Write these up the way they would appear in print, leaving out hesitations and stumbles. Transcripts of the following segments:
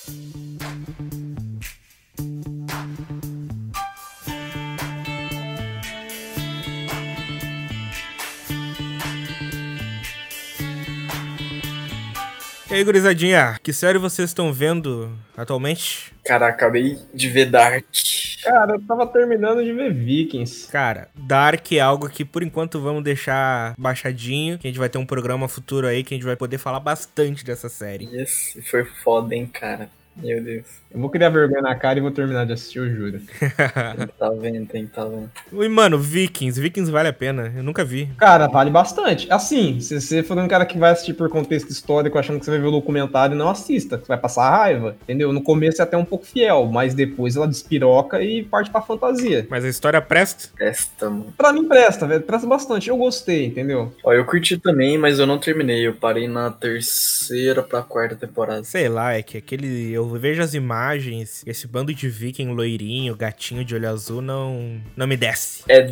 E aí, gurizadinha, que série vocês estão vendo atualmente? Cara, acabei de ver Dark. Cara, eu tava terminando de ver Vikings. Cara, Dark é algo que por enquanto vamos deixar baixadinho, que a gente vai ter um programa futuro aí que a gente vai poder falar bastante dessa série. Esse foi foda, hein, cara. Meu Deus. Eu vou criar vergonha na cara e vou terminar de assistir, eu juro. Tem que tá vendo. E, mano, Vikings vale a pena, eu nunca vi. Cara, vale bastante. Assim, se você for um cara que vai assistir por contexto histórico achando que você vai ver o documentário, não assista, você vai passar raiva, entendeu? No começo é até um pouco fiel, mas depois ela despiroca e parte pra fantasia. Mas a história presta? Presta, mano. Pra mim presta, velho, presta bastante, eu gostei, entendeu? Ó, eu curti também, mas eu não terminei. Eu parei na terceira pra quarta temporada. Sei lá, é que aquele... Eu vejo as imagens, esse bando de viking loirinho, gatinho de olho azul, não me desce. É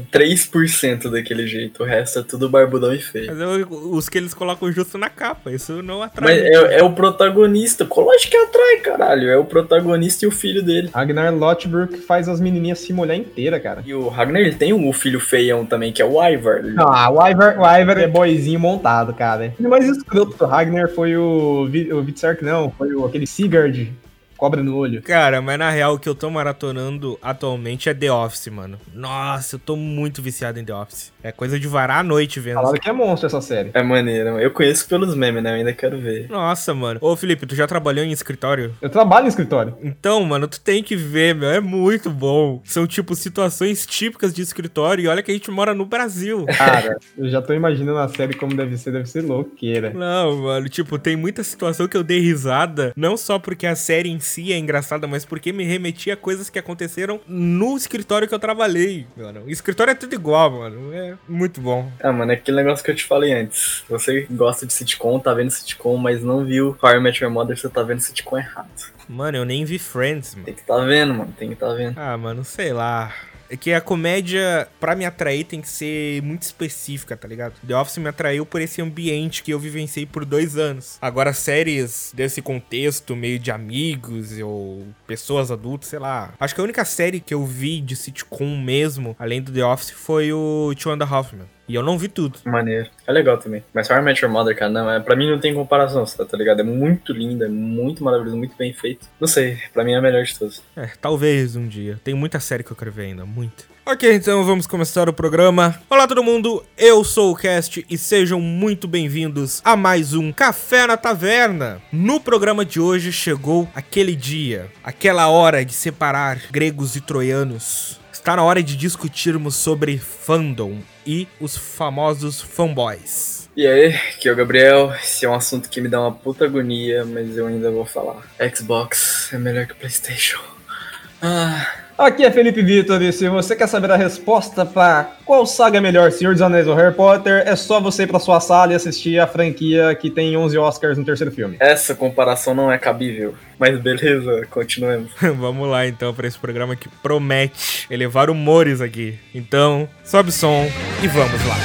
3% daquele jeito, o resto é tudo barbudão e feio. Mas os que eles colocam justo na capa, isso não atrai. Mas é o protagonista, lógico que atrai, caralho. É o protagonista e o filho dele. Ragnar Lothbrok faz as menininhas se molhar inteira, cara. E o Ragnar, ele tem o filho feião também, que é o Ivar. Ah, o Ivar é boyzinho montado, cara. O mais escroto do Ragnar foi o Vitsark, não, foi aquele Sigurd. Cobra no olho. Cara, mas na real o que eu tô maratonando atualmente é The Office, mano. Nossa, eu tô muito viciado em The Office. É coisa de varar a noite vendo. Falaram que é monstro essa série. É maneiro. Eu conheço pelos memes, né? Eu ainda quero ver. Nossa, mano. Ô, Felipe, tu já trabalhou em escritório? Eu trabalho em escritório. Então, mano, tu tem que ver, meu. É muito bom. São, tipo, situações típicas de escritório. E olha que a gente mora no Brasil. Cara, eu já tô imaginando a série como deve ser louqueira. Não, mano, tipo, tem muita situação que eu dei risada. Não só porque a série em si é engraçada, mas porque me remetia a coisas que aconteceram no escritório que eu trabalhei, mano. O escritório é tudo igual, mano. É muito bom. Ah, mano, é aquele negócio que eu te falei antes. Você gosta de sitcom, tá vendo sitcom, mas não viu How I Met Your Mother, você tá vendo sitcom errado. Mano, eu nem vi Friends, mano. Tem que tá vendo, mano. Tem que tá vendo. Ah, mano, sei lá. É que a comédia, pra me atrair, tem que ser muito específica, tá ligado? The Office me atraiu por esse ambiente que eu vivenciei por 2 anos. Agora, séries desse contexto, meio de amigos ou pessoas adultas, sei lá. Acho que a única série que eu vi de sitcom mesmo, além do The Office, foi o Two and a Half Men. E eu não vi tudo. Maneiro. É legal também. Mas How I Met Your Mother, cara, não, pra mim não tem comparação, tá ligado? É muito lindo, é muito maravilhoso, muito bem feito. Não sei, pra mim é a melhor de todas. Talvez um dia. Tem muita série que eu quero ver ainda, muito. Ok, então vamos começar o programa. Olá todo mundo, eu sou o Cast e sejam muito bem-vindos a mais um Café na Taverna. No programa de hoje chegou aquele dia, aquela hora de separar gregos e troianos. Está na hora de discutirmos sobre fandom e os famosos fanboys. E aí, aqui é o Gabriel. Esse é um assunto que me dá uma puta agonia, mas eu ainda vou falar. Xbox é melhor que PlayStation. Aqui é Felipe Vitor e se você quer saber a resposta pra qual saga é melhor, Senhor dos Anéis ou Harry Potter, é só você ir pra sua sala e assistir a franquia que tem 11 Oscars no terceiro filme. Essa comparação não é cabível, mas beleza, continuemos. Vamos lá então para esse programa que promete elevar humores aqui. Então, sobe o som e vamos lá.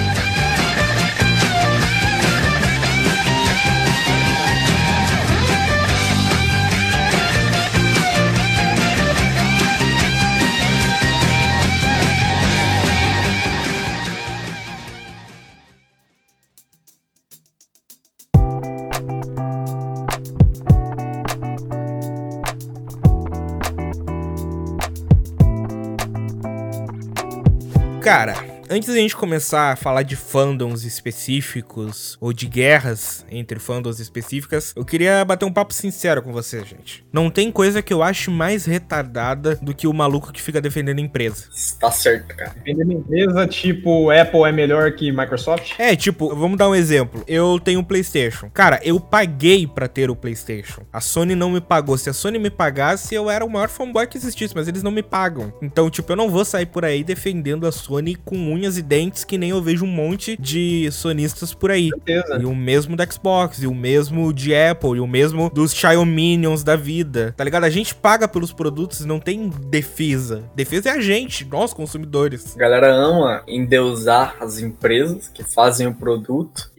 Cara, antes da gente começar a falar de fandoms específicos ou de guerras entre fandoms específicas, eu queria bater um papo sincero com você, gente. Não tem coisa que eu ache mais retardada do que o maluco que fica defendendo a empresa. Tá certo, cara. Dependendo da empresa, tipo, Apple é melhor que Microsoft? Tipo, vamos dar um exemplo. Eu tenho um PlayStation. Cara, eu paguei pra ter o PlayStation. A Sony não me pagou. Se a Sony me pagasse, eu era o maior fanboy que existisse, mas eles não me pagam. Então, tipo, eu não vou sair por aí defendendo a Sony com unhas e dentes, que nem eu vejo um monte de sonistas por aí. Certeza. E o mesmo da Xbox, e o mesmo de Apple, e o mesmo dos Xiaominions da vida. Tá ligado? A gente paga pelos produtos e não tem defesa. Defesa é a gente, nós consumidores. A galera ama endeusar as empresas que fazem o produto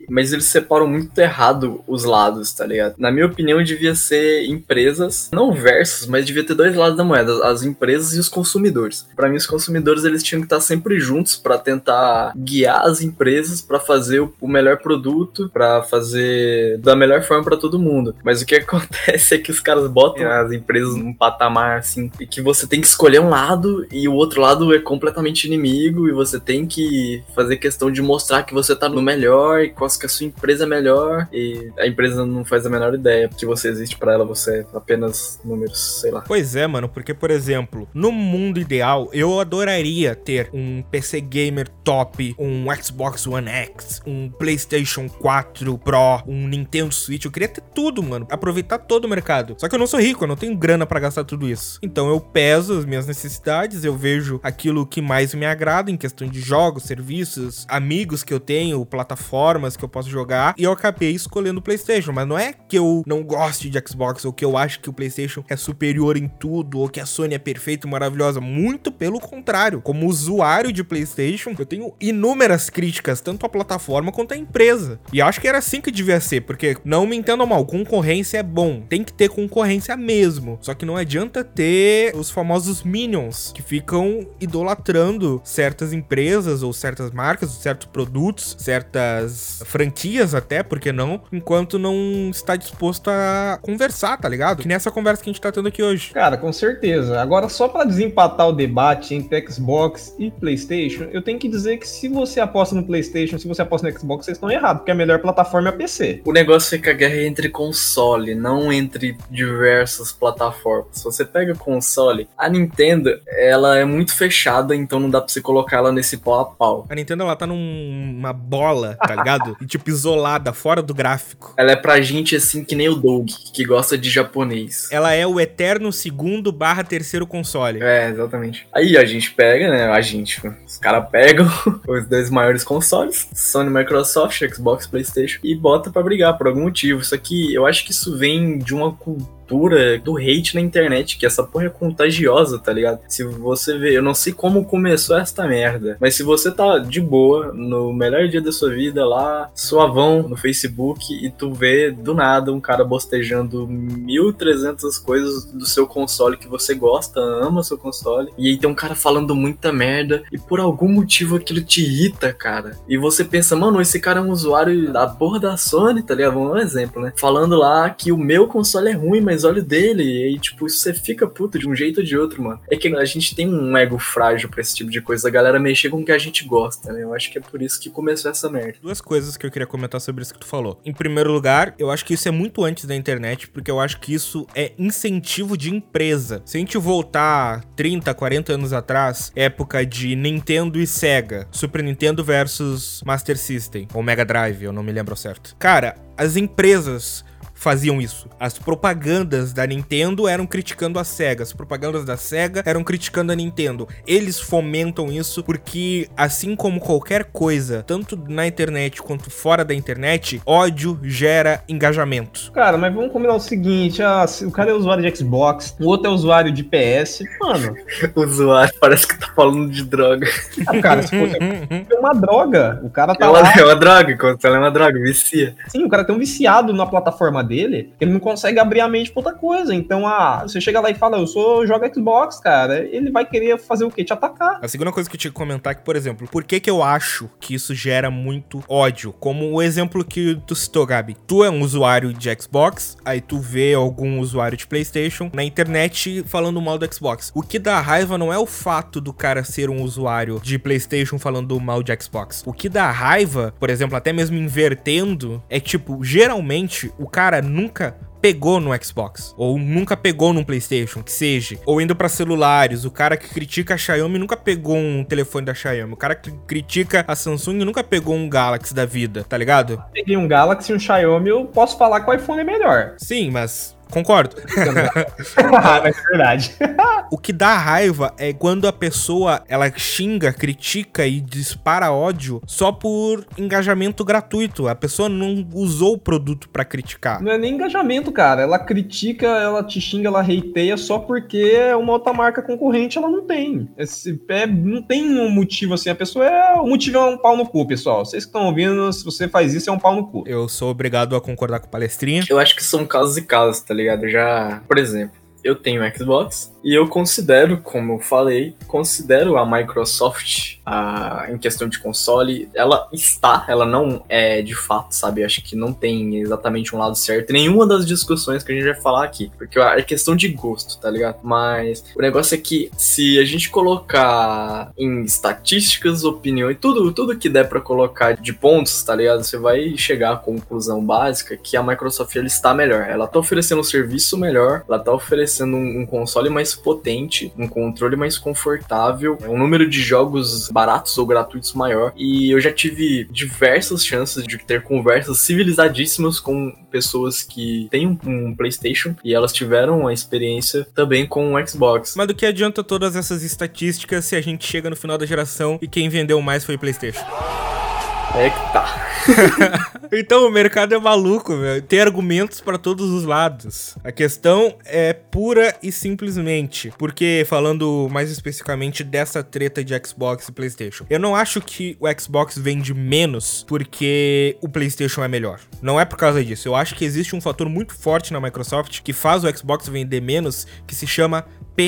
mas eles separam muito errado os lados, tá ligado? Na minha opinião, devia ser empresas, não versus, mas devia ter dois lados da moeda, as empresas e os consumidores. Pra mim, os consumidores, eles tinham que estar sempre juntos pra tentar guiar as empresas pra fazer o melhor produto, pra fazer da melhor forma pra todo mundo. Mas o que acontece é que os caras botam as empresas num patamar assim, e que você tem que escolher um lado e o outro lado é completamente inimigo, e você tem que fazer questão de mostrar que você tá no melhor e que a sua empresa é melhor, e a empresa não faz a menor ideia que você existe pra ela, você é apenas números, sei lá. Pois é, mano, porque, por exemplo, no mundo ideal, eu adoraria ter um PC Gamer top, um Xbox One X, um PlayStation 4 Pro, um Nintendo Switch, eu queria ter tudo, mano, aproveitar todo o mercado. Só que eu não sou rico, eu não tenho grana pra gastar tudo isso. Então eu peso as minhas necessidades, eu vejo aquilo que mais me agrada em questão de jogos, serviços, amigos que eu tenho, plataformas que eu posso jogar, e eu acabei escolhendo o PlayStation. Mas não é que eu não goste de Xbox ou que eu acho que o PlayStation é superior em tudo ou que a Sony é perfeita e maravilhosa. Muito pelo contrário. Como usuário de PlayStation, eu tenho inúmeras críticas, tanto à plataforma quanto à empresa. E acho que era assim que devia ser, porque não me entendam mal, concorrência é bom, tem que ter concorrência mesmo. Só que não adianta ter os famosos minions que ficam idolatrando certas empresas ou certas marcas, certos produtos, certas franquias até, por que não, enquanto não está disposto a conversar, tá ligado? Que nessa conversa que a gente tá tendo aqui hoje. Cara, com certeza. Agora, só pra desempatar o debate entre Xbox e PlayStation, eu tenho que dizer que se você aposta no PlayStation, se você aposta no Xbox, vocês estão errados, porque a melhor plataforma é a PC. O negócio é que a guerra é entre console, não entre diversas plataformas. Se você pega console, a Nintendo, ela é muito fechada, então não dá pra você colocar ela nesse pau a pau. A Nintendo, ela tá numa bola, tá ligado? E tipo, isolada, fora do gráfico. Ela é pra gente assim que nem o Doug, que gosta de japonês. Ela é o eterno segundo/terceiro console. É, exatamente. Aí a gente pega, né? Os caras pegam os dois maiores consoles, Sony, Microsoft, Xbox, PlayStation, e bota pra brigar por algum motivo. Isso aqui, eu acho que isso vem de uma cultura do hate na internet, que essa porra é contagiosa, tá ligado? Se você vê, eu não sei como começou esta merda, mas se você tá de boa, no melhor dia da sua vida lá, suavão no Facebook, e tu vê do nada um cara bostejando 1300 coisas do seu console que você gosta, ama o seu console, e aí tem um cara falando muita merda, e por algum motivo aquilo te irrita, cara. E você pensa, mano, esse cara é um usuário da porra da Sony, tá ligado? Vamos dar um exemplo, né? Falando lá que o meu console é ruim, mas olha o dele, e aí, tipo, você fica puto de um jeito ou de outro, mano. É que a gente tem um ego frágil pra esse tipo de coisa, a galera mexer com o que a gente gosta, né? Eu acho que é por isso que começou essa merda. Duas coisas que eu queria comentar sobre isso que tu falou. Em primeiro lugar, eu acho que isso é muito antes da internet, porque eu acho que isso é incentivo de empresa. Se a gente voltar 30, 40 anos atrás, época de Nintendo e Sega, Super Nintendo versus Master System, ou Mega Drive, eu não me lembro ao certo. Cara, as empresas faziam isso. As propagandas da Nintendo eram criticando a Sega, as propagandas da Sega eram criticando a Nintendo. Eles fomentam isso porque, assim como qualquer coisa, tanto na internet quanto fora da internet, ódio gera engajamento. Cara, mas vamos combinar o seguinte, o cara é usuário de Xbox, o outro é usuário de PS, mano. O usuário parece que tá falando de droga. Cara, se fosse é uma droga, o cara tá É lá... uma droga, quando é uma droga, vicia. Sim, o cara tem um viciado na plataforma dele, ele não consegue abrir a mente pra outra coisa. Então, você chega lá e fala, jogo Xbox, cara, ele vai querer fazer o quê? Te atacar. A segunda coisa que eu tinha que comentar é que, por exemplo, por que eu acho que isso gera muito ódio? Como o exemplo que tu citou, Gabi. Tu é um usuário de Xbox, aí tu vê algum usuário de PlayStation na internet falando mal do Xbox. O que dá raiva não é o fato do cara ser um usuário de PlayStation falando mal de Xbox. O que dá raiva, por exemplo, até mesmo invertendo, é tipo, geralmente o cara nunca pegou no Xbox, ou nunca pegou num PlayStation, que seja, ou indo pra celulares, o cara que critica a Xiaomi nunca pegou um telefone da Xiaomi, o cara que critica a Samsung nunca pegou um Galaxy da vida, tá ligado? Peguei um Galaxy e um Xiaomi, eu posso falar que o iPhone é melhor. Sim, mas Concordo. É verdade. O que dá raiva é quando a pessoa, ela xinga, critica e dispara ódio só por engajamento gratuito. A pessoa não usou o produto pra criticar. Não é nem engajamento, cara. Ela critica, ela te xinga, ela hateia só porque uma outra marca concorrente ela não tem. Não tem um motivo assim. A pessoa o motivo é um pau no cu, pessoal. Vocês que estão ouvindo, se você faz isso, é um pau no cu. Eu sou obrigado a concordar com o palestrinha. Eu acho que são casos e casos, tá ligado? Já, por exemplo, eu tenho Xbox e eu considero, como eu falei, a Microsoft, em questão de console, ela não é de fato, sabe? Acho que não tem exatamente um lado certo em nenhuma das discussões que a gente vai falar aqui, porque é questão de gosto, tá ligado? Mas o negócio é que se a gente colocar em estatísticas, opiniões, tudo que der pra colocar de pontos, tá ligado? Você vai chegar à conclusão básica que a Microsoft ela está melhor. Ela tá oferecendo um serviço melhor, ela tá oferecendo um console mais potente, um controle mais confortável, um número de jogos baratos ou gratuitos maior, e eu já tive diversas chances de ter conversas civilizadíssimas com pessoas que têm um PlayStation e elas tiveram uma experiência também com um Xbox. Mas do que adianta todas essas estatísticas se a gente chega no final da geração e quem vendeu mais foi o PlayStation? É que tá. Então o mercado é maluco, velho. Tem argumentos pra todos os lados. A questão é pura e simplesmente porque, falando mais especificamente dessa treta de Xbox e PlayStation, eu não acho que o Xbox vende menos porque o PlayStation é melhor. Não é por causa disso. Eu acho que existe um fator muito forte na Microsoft que faz o Xbox vender menos, que se chama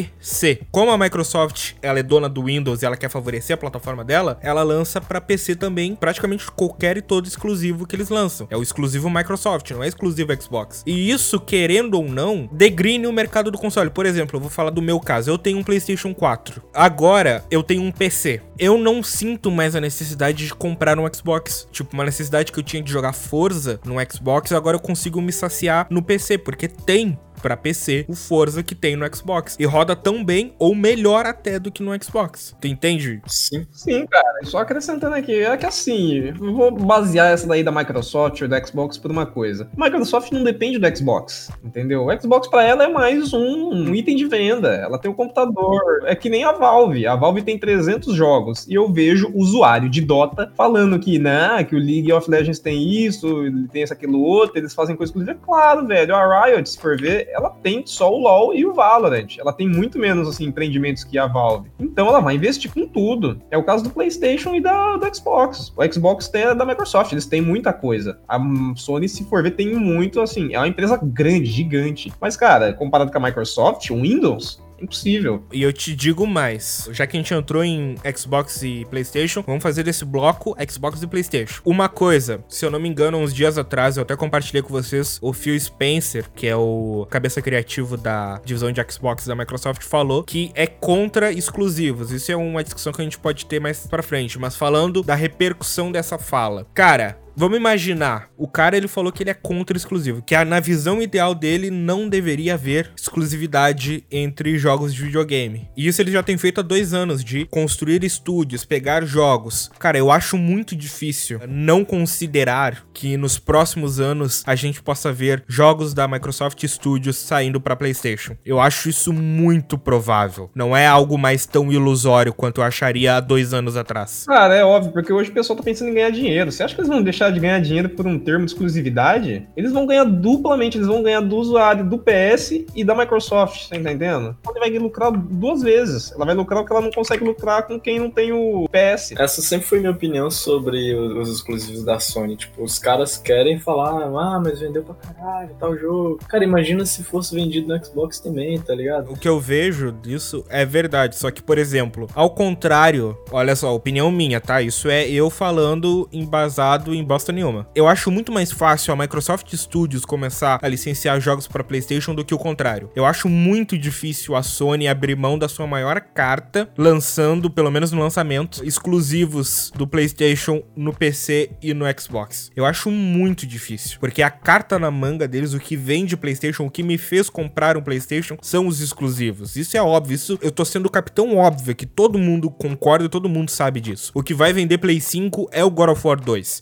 PC. Como a Microsoft ela é dona do Windows e ela quer favorecer a plataforma dela, ela lança pra PC também praticamente qualquer e todo exclusivo que eles lançam. É o exclusivo Microsoft, não é exclusivo Xbox. E isso, querendo ou não, degrine o mercado do console. Por exemplo, eu vou falar do meu caso. Eu tenho um PlayStation 4. Agora, eu tenho um PC. Eu não sinto mais a necessidade de comprar um Xbox. Tipo, uma necessidade que eu tinha de jogar Forza no Xbox, agora eu consigo me saciar no PC, porque tem pra PC o Forza que tem no Xbox. E roda tão bem, ou melhor até do que no Xbox. Tu entende? Sim. Sim, cara. Só acrescentando aqui, é que assim, eu vou basear essa daí da Microsoft ou do Xbox por uma coisa. A Microsoft não depende do Xbox, entendeu? O Xbox pra ela é mais um item de venda. Ela tem o computador. É que nem a Valve. A Valve tem 300 jogos. E eu vejo usuário de Dota falando que, né, que o League of Legends tem isso, tem isso, aquilo outro, eles fazem coisa exclusiva. É claro, velho. A Riot, se for ver, ela tem só o LoL e o Valorant. Ela tem muito menos, assim, empreendimentos que a Valve. Então ela vai investir com tudo. É o caso do PlayStation e do Xbox. O Xbox é da Microsoft, eles têm muita coisa. A Sony, se for ver, tem muito, assim, é uma empresa grande, gigante. Mas, cara, comparado com a Microsoft, o Windows... impossível. E eu te digo mais, já que a gente entrou em Xbox e PlayStation, vamos fazer desse bloco Xbox e PlayStation. Uma coisa, se eu não me engano, uns dias atrás, eu até compartilhei com vocês, o Phil Spencer, que é o cabeça criativo da divisão de Xbox da Microsoft, falou que é contra exclusivos. Isso é uma discussão que a gente pode ter mais pra frente, mas falando da repercussão dessa fala. Cara, vamos imaginar, o cara ele falou que ele é contra exclusivo, que na visão ideal dele não deveria haver exclusividade entre jogos de videogame. E isso ele já tem feito há 2 anos, de construir estúdios, pegar jogos. Cara, eu acho muito difícil não considerar que nos próximos anos a gente possa ver jogos da Microsoft Studios saindo pra PlayStation. Eu acho isso muito provável. Não é algo mais tão ilusório quanto eu acharia há 2 anos atrás. Cara, é óbvio, porque hoje o pessoal tá pensando em ganhar dinheiro. Você acha que eles vão deixar de ganhar dinheiro por um termo de exclusividade? Eles vão ganhar duplamente, eles vão ganhar do usuário do PS e da Microsoft, tá entendendo? Ela vai lucrar 2 vezes. Ela vai lucrar o que ela não consegue lucrar com quem não tem o PS. Essa sempre foi minha opinião sobre os exclusivos da Sony. Tipo, os caras querem falar, mas vendeu pra caralho, tal jogo. Cara, imagina se fosse vendido no Xbox também, tá ligado? O que eu vejo disso é verdade, só que, por exemplo, ao contrário, olha só, opinião minha, tá? Isso é eu falando embasado em bosta nenhuma. Eu acho muito mais fácil a Microsoft Studios começar a licenciar jogos pra PlayStation do que o contrário. Eu acho muito difícil a Sony abrir mão da sua maior carta, lançando, pelo menos no lançamento, exclusivos do PlayStation no PC e no Xbox. Eu acho muito difícil, porque a carta na manga deles, o que vende PlayStation, o que me fez comprar um PlayStation, são os exclusivos. Isso é óbvio, isso eu tô sendo o capitão óbvio, que todo mundo concorda e todo mundo sabe disso. O que vai vender Play 5 é o God of War 2. Tá todo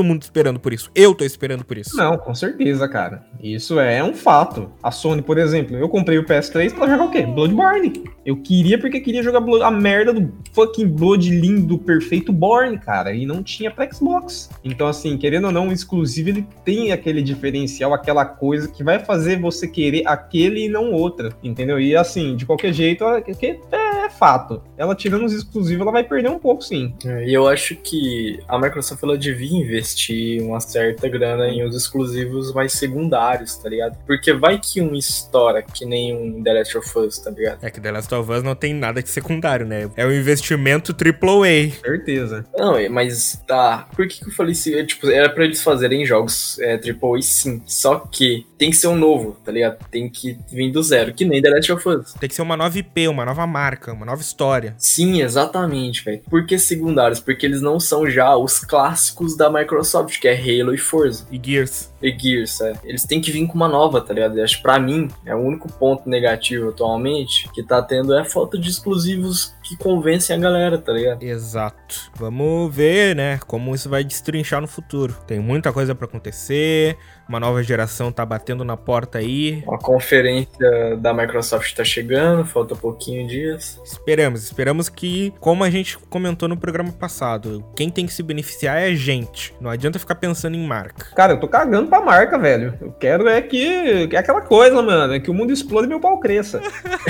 mundo esperando por isso. Eu tô esperando por isso. Não, com certeza, cara. Isso é um fato. A Sony, por exemplo, eu comprei o PS3 pra jogar o quê? Bloodborne. Eu queria porque queria jogar a merda do fucking Blood lindo, perfeito Born, cara. E não tinha pra Xbox. Então, assim, querendo ou não, o exclusivo, ele tem aquele diferencial, aquela coisa que vai fazer você querer aquele e não outra, entendeu? E, assim, de qualquer jeito, é fato. Ela tirando os exclusivos, ela vai perder um pouco, sim. E eu acho que a Microsoft, ela devia investir uma certa grana em os exclusivos mais secundários, tá ligado? Porque vai que um estoura que nem um The Last of Us, tá ligado? É que The Last of Us não tem nada de secundário, né? É um investimento AAA. Certeza. Não, mas tá. Por que eu falei assim? Tipo, era pra eles fazerem jogos AAA sim. Só que tem que ser um novo, tá ligado? Tem que vir do zero, que nem The Last of Us. Tem que ser uma nova IP, uma nova marca, uma nova história. Sim, exatamente, velho. Por que secundários? Porque eles não são já os clássicos da Microsoft, que é Halo e Forza. E Gears. E Gears, Eles têm que vir com uma nova, tá ligado? Eu acho que pra mim, é o único ponto negativo atualmente que tá tendo é a falta de exclusivos que convencem a galera, tá ligado? Exato. Vamos ver, né, como isso vai destrinchar no futuro. Tem muita coisa pra acontecer, uma nova geração tá batendo na porta aí. A conferência da Microsoft tá chegando, falta pouquinho dias. Esperamos que, como a gente comentou no programa passado, quem tem que se beneficiar é a gente. Não adianta ficar pensando em marca. Cara, eu tô cagando pra marca, velho. Eu quero que é aquela coisa, mano, é que o mundo explode e meu pau cresça.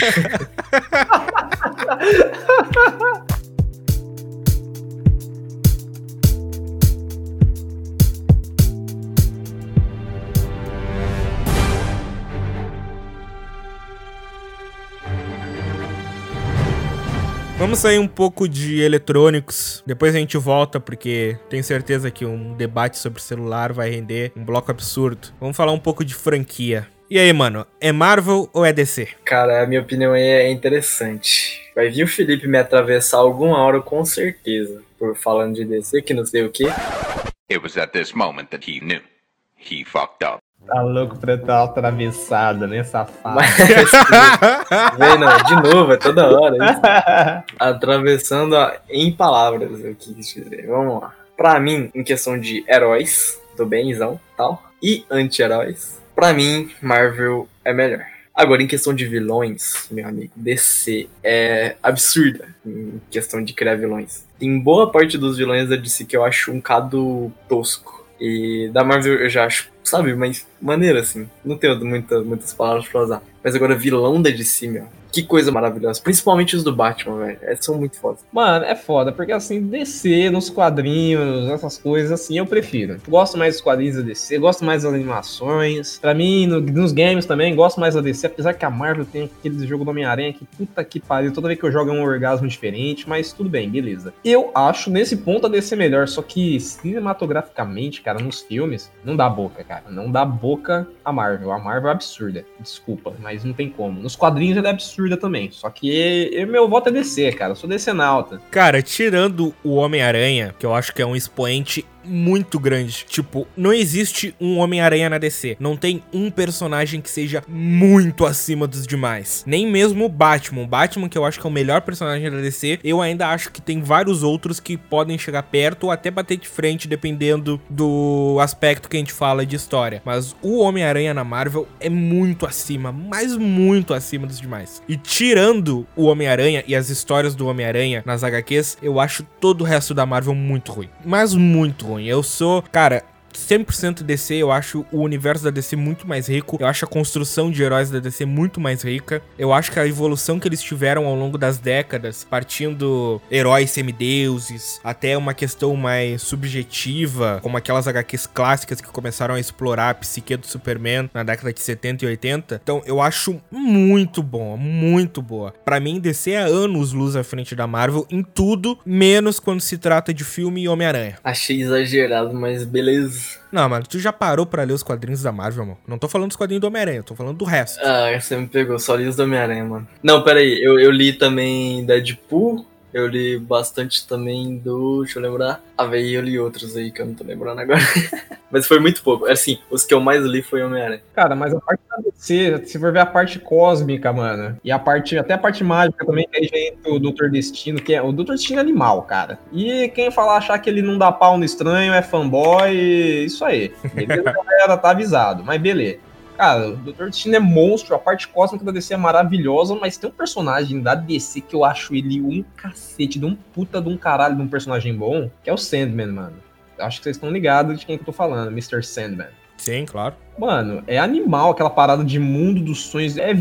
Vamos sair um pouco de eletrônicos, depois a gente volta porque tenho certeza que um debate sobre celular vai render um bloco absurdo. Vamos falar um pouco de franquia. E aí, mano, é Marvel ou é DC? Cara, a minha opinião aí é interessante. Vai vir o Felipe me atravessar alguma hora com certeza, por falando de DC, que não sei o quê. It was at this moment that he knew. He fucked up. Tá louco pra dar uma atravessada, né, safado? Vê, não, de novo, é toda hora isso. Atravessando em palavras, eu quis dizer. Vamos lá. Pra mim, em questão de heróis, do benzão e tal, e anti-heróis, pra mim, Marvel é melhor. Agora, em questão de vilões, meu amigo, DC é absurda em questão de criar vilões. Tem boa parte dos vilões da DC que eu acho um bocado tosco. E da Marvel eu já acho, sabe, mas maneira assim. Não tenho muitas palavras pra usar. Mas agora, vilão da DC, meu. Que coisa maravilhosa. Principalmente os do Batman, velho. Eles são muito foda. Mano, é foda, porque assim, DC, nos quadrinhos, essas coisas assim, eu prefiro. Gosto mais dos quadrinhos da DC, gosto mais das animações. Pra mim, nos games também, gosto mais da DC, apesar que a Marvel tem aquele jogo do Homem-Aranha que puta que pariu, toda vez que eu jogo é um orgasmo diferente, mas tudo bem, beleza. Eu acho, nesse ponto, a DC melhor, só que cinematograficamente, cara, nos filmes, não dá boca, cara. Não dá boca a Marvel. A Marvel é absurda. Desculpa, mas não tem como. Nos quadrinhos ela é absurda também. Só que meu voto é DC, cara. Eu sou DC nauta. Cara, tirando o Homem-Aranha, que eu acho que é um expoente muito grande. Tipo, não existe um Homem-Aranha na DC. Não tem um personagem que seja muito acima dos demais. Nem mesmo o Batman. O Batman, que eu acho que é o melhor personagem da DC, eu ainda acho que tem vários outros que podem chegar perto ou até bater de frente, dependendo do aspecto que a gente fala de história. Mas o Homem-Aranha na Marvel é muito acima, mas muito acima dos demais. E tirando o Homem-Aranha e as histórias do Homem-Aranha nas HQs, eu acho todo o resto da Marvel muito ruim. Mas muito ruim. Eu sou, cara, 100% DC, eu acho o universo da DC muito mais rico, eu acho a construção de heróis da DC muito mais rica, eu acho que a evolução que eles tiveram ao longo das décadas, partindo heróis semideuses, até uma questão mais subjetiva, como aquelas HQs clássicas que começaram a explorar a psique do Superman na década de 70 e 80, então eu acho muito bom, muito boa. Pra mim, DC é anos luz à frente da Marvel em tudo, menos quando se trata de filme e Homem-Aranha. Achei exagerado, mas beleza. Não, mano, tu já parou pra ler os quadrinhos da Marvel, mano? Não tô falando dos quadrinhos do Homem-Aranha, eu tô falando do resto. Ah, você me pegou, só li os do Homem-Aranha, mano. Não, pera aí, eu li também Deadpool, Eu li bastante também do... Deixa eu lembrar. Véi, eu li outros aí que eu não tô lembrando agora. Mas foi muito pouco. Assim, os que eu mais li foi Homem-Aranha. Cara, mas a parte da DC, se for ver a parte cósmica, mano, e até a parte mágica também, que aí já entra o Dr. Destino, que é o Dr. Destino é animal, cara. E quem falar achar que ele não dá pau no estranho é fanboy, isso aí. Beleza, galera, tá avisado, mas beleza. Cara, o Dr. Destino é monstro, a parte cósmica da DC é maravilhosa, mas tem um personagem da DC que eu acho ele um cacete, de um puta de um caralho de um personagem bom, que é o Sandman, mano. Eu acho que vocês estão ligados de quem que eu tô falando, Mr. Sandman. Sim, claro. Mano, é animal aquela parada de mundo dos sonhos. É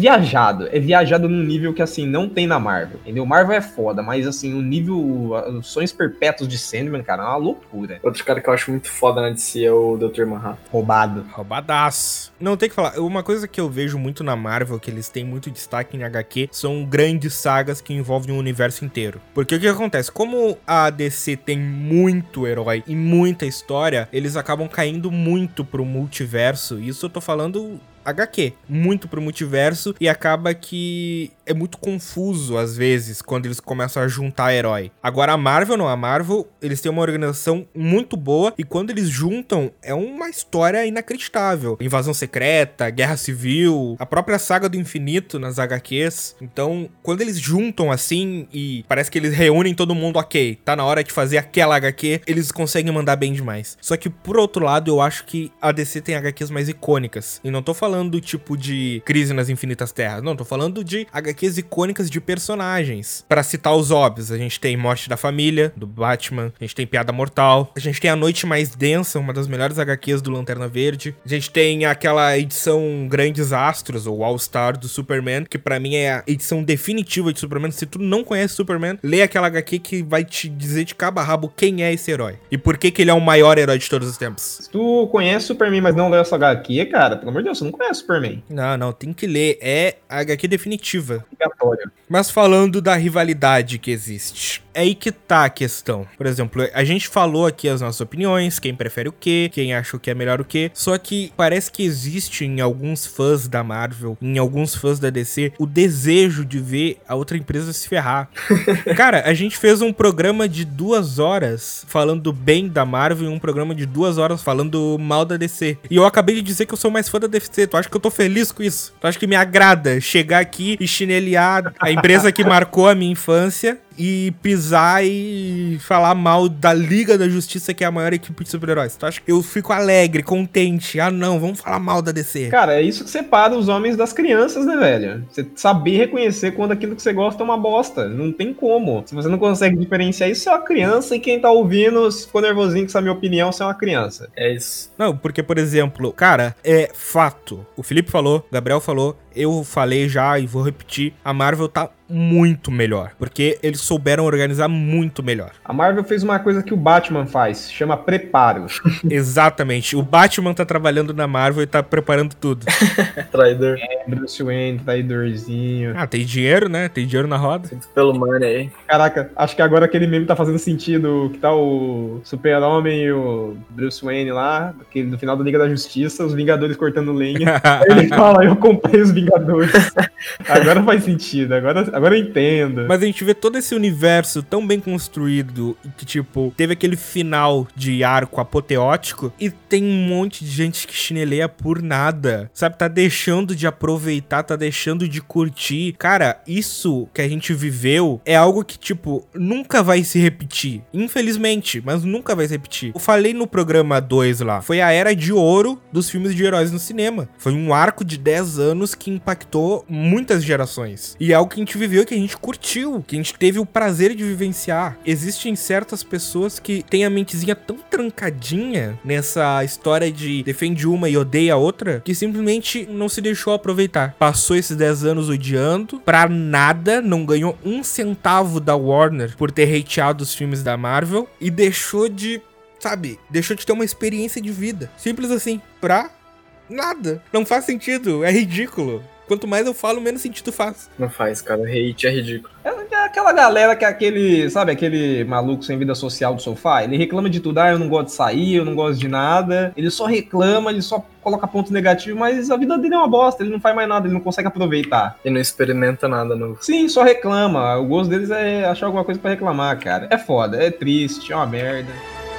viajado num nível que, assim, não tem na Marvel, entendeu? Marvel é foda, mas, assim, o nível, os sonhos perpétuos de Sandman, cara, é uma loucura. Outro cara que eu acho muito foda na DC é o Dr. Manhattan. Roubado. Roubadaço. Não, tem que falar. Uma coisa que eu vejo muito na Marvel, que eles têm muito destaque em HQ, são grandes sagas que envolvem o universo inteiro. Porque o que acontece? Como a DC tem muito herói e muita história, eles acabam caindo muito pro multiverso. Isso eu tô falando HQ, muito pro multiverso, e acaba que é muito confuso às vezes quando eles começam a juntar herói. Agora a Marvel não, a Marvel eles têm uma organização muito boa e quando eles juntam é uma história inacreditável. Invasão Secreta, Guerra Civil, a própria Saga do Infinito nas HQs. Então quando eles juntam assim e parece que eles reúnem todo mundo, ok, tá na hora de fazer aquela HQ, eles conseguem mandar bem demais. Só que por outro lado eu acho que a DC tem HQs mais icônicas, e não tô falando do tipo de Crise nas Infinitas Terras, não, tô falando de HQs icônicas de personagens. Pra citar os óbvios, a gente tem Morte da Família, do Batman, a gente tem Piada Mortal, a gente tem A Noite Mais Densa, uma das melhores HQs do Lanterna Verde, a gente tem aquela edição Grandes Astros, ou All Star do Superman, que pra mim é a edição definitiva de Superman. Se tu não conhece Superman, lê aquela HQ que vai te dizer de cabo a rabo quem é esse herói e por que ele é o maior herói de todos os tempos. Se tu conhece Superman, mas não leu essa HQ, cara, pelo amor de Deus, você não conhece Superman. Não, tem que ler. É a HQ definitiva. Obrigatório. Mas falando da rivalidade que existe, é aí que tá a questão. Por exemplo, a gente falou aqui as nossas opiniões, quem prefere o quê, quem acha o que é melhor o quê. Só que parece que existe em alguns fãs da Marvel, em alguns fãs da DC, o desejo de ver a outra empresa se ferrar. Cara, a gente fez um programa de 2 horas falando bem da Marvel e um programa de 2 horas falando mal da DC. E eu acabei de dizer que eu sou mais fã da DC. Tu acha que eu tô feliz com isso? Tu acha que me agrada chegar aqui e chineliar a empresa que marcou a minha infância e pisar e falar mal da Liga da Justiça, que é a maior equipe de super-heróis? Tu acha que eu fico alegre, contente? Ah, não, vamos falar mal da DC. Cara, é isso que separa os homens das crianças, né, velho? Você saber reconhecer quando aquilo que você gosta é uma bosta. Não tem como. Se você não consegue diferenciar isso, você é uma criança, e quem tá ouvindo, se ficou nervosinho com essa minha opinião, você é uma criança. É isso. Não, porque, por exemplo, cara, é fato. O Felipe falou, o Gabriel falou, eu falei já e vou repetir, a Marvel tá muito melhor, porque eles souberam organizar muito melhor. A Marvel fez uma coisa que o Batman faz, chama preparo. Exatamente, o Batman tá trabalhando na Marvel e tá preparando tudo. Traidor. Bruce Wayne, traidorzinho. Ah, tem dinheiro, né? Tem dinheiro na roda. Pelo money aí. Caraca, acho que agora aquele meme tá fazendo sentido, que tá o Super-Homem e o Bruce Wayne lá, aquele, no final da Liga da Justiça, os Vingadores cortando lenha. Aí ele fala, eu comprei os Vingadores. Agora faz sentido, agora eu entendo. Mas a gente vê todo esse universo tão bem construído que, tipo, teve aquele final de arco apoteótico e tem um monte de gente que chineleia por nada, sabe? Tá deixando de aproveitar, tá deixando de curtir. Cara, isso que a gente viveu é algo que, tipo, nunca vai se repetir. Infelizmente, mas nunca vai se repetir. Eu falei no programa 2 lá, foi a era de ouro dos filmes de heróis no cinema. Foi um arco de 10 anos que impactou muitas gerações. E é algo que a gente viveu, que a gente curtiu, que a gente teve o prazer de vivenciar. Existem certas pessoas que têm a mentezinha tão trancadinha nessa história de defende uma e odeia a outra, que simplesmente não se deixou aproveitar. Passou esses 10 anos odiando, pra nada, não ganhou 1 centavo da Warner por ter hateado os filmes da Marvel e deixou de, sabe, deixou de ter uma experiência de vida. Simples assim, pra nada. Não faz sentido, é ridículo. Quanto mais eu falo, menos sentido faz. Não faz, cara. Hate é ridículo. aquela galera que é aquele, sabe, aquele maluco sem vida social do sofá. Ele reclama de tudo. Eu não gosto de sair, eu não gosto de nada. Ele só reclama, ele só coloca ponto negativo, mas a vida dele é uma bosta. Ele não faz mais nada, ele não consegue aproveitar. E não experimenta nada novo. Sim, só reclama. O gosto deles é achar alguma coisa pra reclamar, cara. É foda, é triste, é uma merda.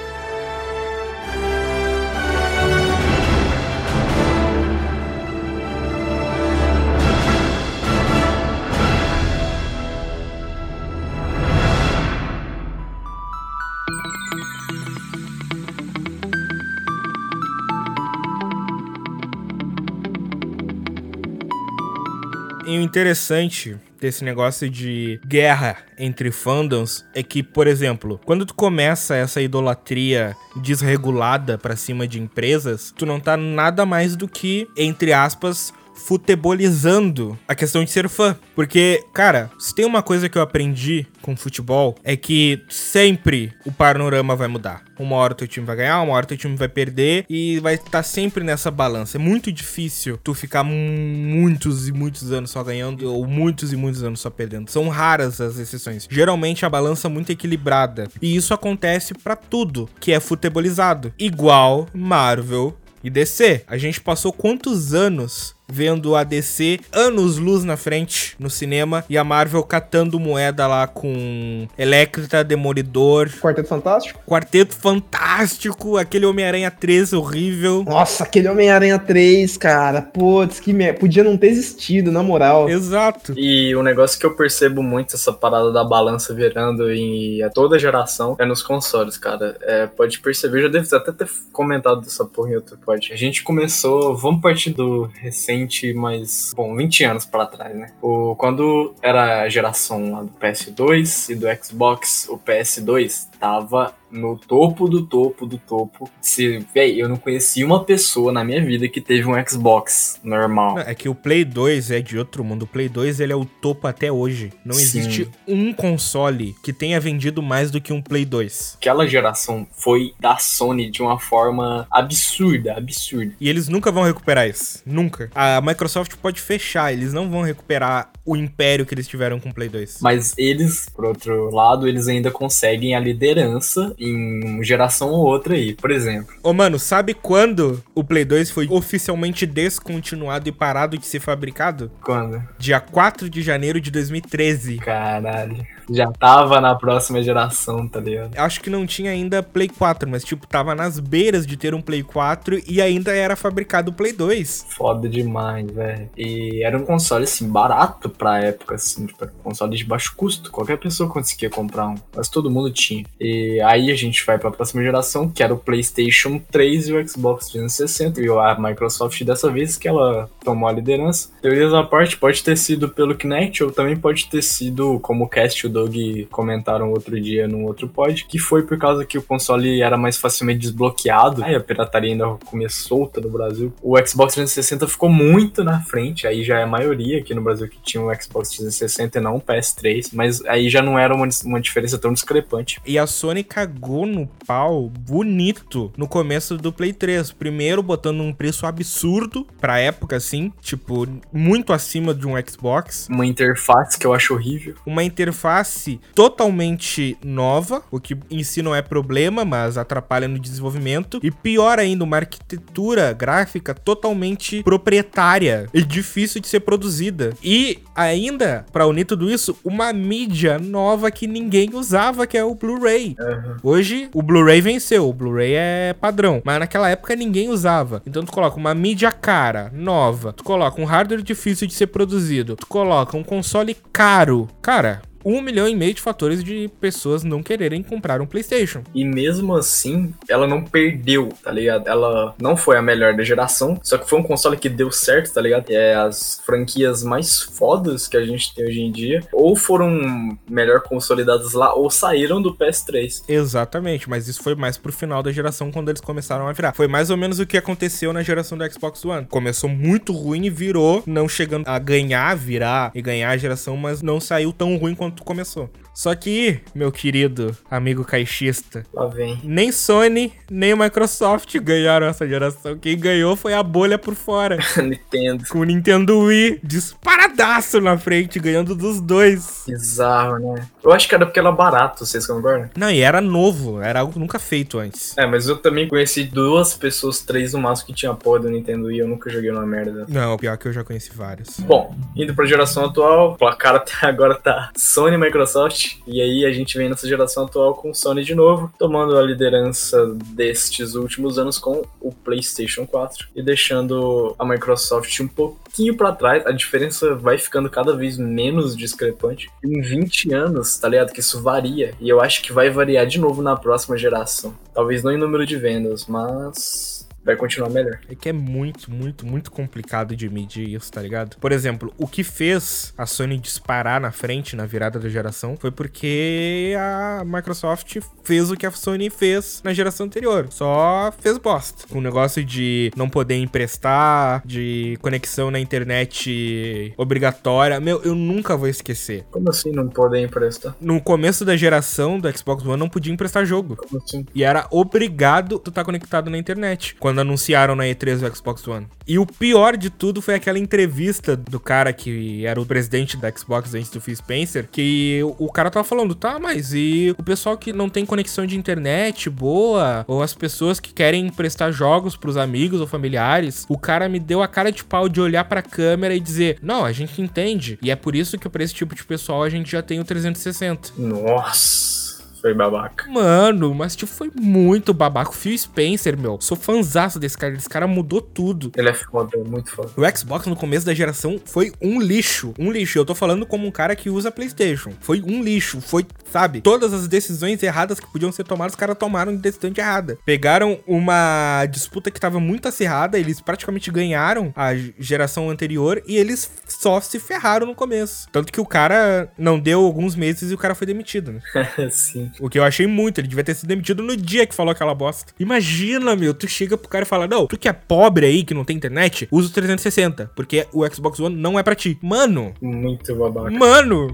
E o interessante desse negócio de guerra entre fandoms é que, por exemplo, quando tu começa essa idolatria desregulada pra cima de empresas, tu não tá nada mais do que, entre aspas, futebolizando a questão de ser fã. Porque, cara, se tem uma coisa que eu aprendi com futebol, é que sempre o panorama vai mudar. Uma hora teu time vai ganhar, uma hora teu time vai perder, e vai estar sempre nessa balança. É muito difícil tu ficar muitos e muitos anos só ganhando, ou muitos e muitos anos só perdendo. São raras as exceções. Geralmente a balança é muito equilibrada. E isso acontece pra tudo que é futebolizado. Igual Marvel e DC. A gente passou quantos anos vendo a DC anos-luz na frente no cinema e a Marvel catando moeda lá com Electra, Demolidor, Quarteto Fantástico, aquele Homem-Aranha 3 horrível. Nossa, aquele Homem-Aranha 3, cara, putz, que merda, podia não ter existido, na moral. Exato. E o negócio que eu percebo muito, essa parada da balança virando em toda geração, é nos consoles, cara. Pode perceber, eu já devo até ter comentado dessa porra em outro podcast. A gente começou, vamos partir do recente, mas, 20 anos pra trás, né? Quando era a geração lá do PS2 e do Xbox, o PS2 tava no topo do topo do topo. Eu não conheci uma pessoa na minha vida que teve um Xbox normal. É que o Play 2 é de outro mundo. O Play 2, ele é o topo até hoje. Não existe um console que tenha vendido mais do que um Play 2. Aquela geração foi da Sony de uma forma absurda. E eles nunca vão recuperar isso. Nunca. A Microsoft pode fechar, eles não vão recuperar o império que eles tiveram com o Play 2. Mas eles, por outro lado, eles ainda conseguem a liderança em geração ou outra aí, por exemplo. Mano, sabe quando o Play 2 foi oficialmente descontinuado e parado de ser fabricado? Quando? Dia 4 de janeiro de 2013. Caralho. Já tava na próxima geração, tá ligado? Acho que não tinha ainda Play 4, mas tava nas beiras de ter um Play 4 e ainda era fabricado o Play 2. Foda demais, velho. E era um console, assim, barato pra época, assim, um console de baixo custo. Qualquer pessoa conseguia comprar um, mas todo mundo tinha. E aí a gente vai pra próxima geração, que era o PlayStation 3 e o Xbox 360. E a Microsoft, dessa vez, que ela tomou a liderança. Teorias à parte, pode ter sido pelo Kinect, ou também pode ter sido, como o Cast e o Doug comentaram outro dia num outro pod, que foi por causa que o console era mais facilmente desbloqueado. Aí a pirataria ainda começou solta no Brasil. O Xbox 360 ficou muito na frente, aí já é a maioria aqui no Brasil que tinha um Xbox 360 e não um PS3, mas aí já não era uma diferença tão discrepante. E a Sony cagou no pau bonito no começo do Play 3. Primeiro botando um preço absurdo pra época, assim, muito acima de um Xbox. Uma interface que eu acho horrível. Uma interface totalmente nova, o que em si não é problema, mas atrapalha no desenvolvimento. E pior ainda, uma arquitetura gráfica totalmente proprietária e difícil de ser produzida. E ainda, pra unir tudo isso, uma mídia nova que ninguém usava, que é o Blu-ray. Uhum. Hoje, o Blu-ray venceu, o Blu-ray é padrão, mas naquela época ninguém usava. Então tu coloca uma mídia cara, nova, tu coloca um hardware difícil de ser produzido, tu coloca um console caro. Cara, 1,5 milhão de fatores de pessoas não quererem comprar um PlayStation. E mesmo assim, ela não perdeu, tá ligado? Ela não foi a melhor da geração, só que foi um console que deu certo, tá ligado? As franquias mais fodas que a gente tem hoje em dia, ou foram melhor consolidadas lá, ou saíram do PS3. Exatamente, mas isso foi mais pro final da geração, quando eles começaram a virar. Foi mais ou menos o que aconteceu na geração do Xbox One. Começou muito ruim e virou, não chegando a virar e ganhar a geração, mas não saiu tão ruim quanto tudo começou. Só que, meu querido amigo caixista, Lá vem. nem Sony, nem Microsoft ganharam essa geração. Quem ganhou foi a bolha por fora. Nintendo. Com o Nintendo Wii disparadaço na frente, ganhando dos dois. Bizarro, né? Eu acho que era porque era barato, vocês concordam? Não, e era novo, era algo nunca feito antes. É, mas eu também conheci 2 pessoas, 3 no máximo, que tinha porra do Nintendo Wii, eu nunca joguei uma merda. Não, pior que eu já conheci vários. Bom, indo pra geração atual, o placar até agora tá Sony e Microsoft, e aí a gente vem nessa geração atual com o Sony de novo, tomando a liderança destes últimos anos com o PlayStation 4 e deixando a Microsoft um pouquinho pra trás. A diferença vai ficando cada vez menos discrepante. Em 20 anos, tá ligado? Que isso varia, e eu acho que vai variar de novo na próxima geração. Talvez não em número de vendas, mas vai continuar melhor. É que é muito, muito, muito complicado de medir isso, tá ligado? Por exemplo, o que fez a Sony disparar na frente na virada da geração foi porque a Microsoft fez o que a Sony fez na geração anterior. Só fez bosta. O negócio de não poder emprestar, de conexão na internet obrigatória. Meu, eu nunca vou esquecer. Como assim não podem emprestar? No começo da geração do Xbox One não podia emprestar jogo. Como assim? E era obrigado tu estar conectado na internet. Quando anunciaram na E3 o Xbox One. E o pior de tudo foi aquela entrevista do cara que era o presidente da Xbox antes do Phil Spencer, que o cara tava falando, tá, mas e o pessoal que não tem conexão de internet boa, ou as pessoas que querem emprestar jogos pros amigos ou familiares, o cara me deu a cara de pau de olhar pra câmera e dizer, não, a gente entende, e é por isso que pra esse tipo de pessoal a gente já tem o 360. Nossa, foi babaca. Mano, mas tipo, foi muito babaca. O Phil Spencer, meu, sou fãzaço desse cara. Esse cara mudou tudo. Ele é foda, muito foda. O Xbox no começo da geração foi um lixo. Um lixo. Eu tô falando como um cara que usa PlayStation. Foi um lixo. Foi, sabe? Todas as decisões erradas que podiam ser tomadas, os caras tomaram de decisão errada. Pegaram uma disputa que tava muito acirrada. Eles praticamente ganharam a geração anterior e eles só se ferraram no começo. Tanto que o cara não deu alguns meses e o cara foi demitido, né? Sim. O que eu achei muito, ele devia ter sido demitido no dia que falou aquela bosta. Imagina, meu, tu chega pro cara e fala, não, tu que é pobre aí, que não tem internet, usa o 360, porque o Xbox One não é pra ti. Mano! Muito babaca. Mano!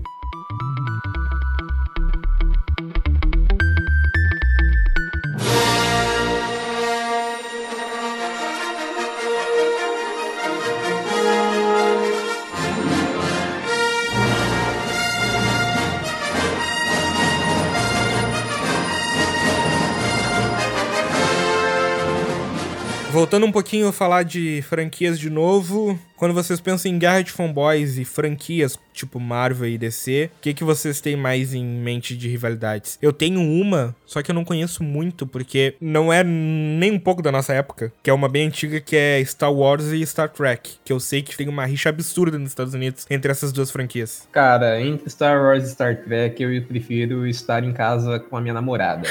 Voltando um pouquinho a falar de franquias de novo, quando vocês pensam em guerra de fanboys e franquias tipo Marvel e DC, o que vocês têm mais em mente de rivalidades? Eu tenho uma, só que eu não conheço muito, porque não é nem um pouco da nossa época, que é uma bem antiga, que é Star Wars e Star Trek, que eu sei que tem uma rixa absurda nos Estados Unidos entre essas duas franquias. Cara, entre Star Wars e Star Trek, eu prefiro estar em casa com a minha namorada.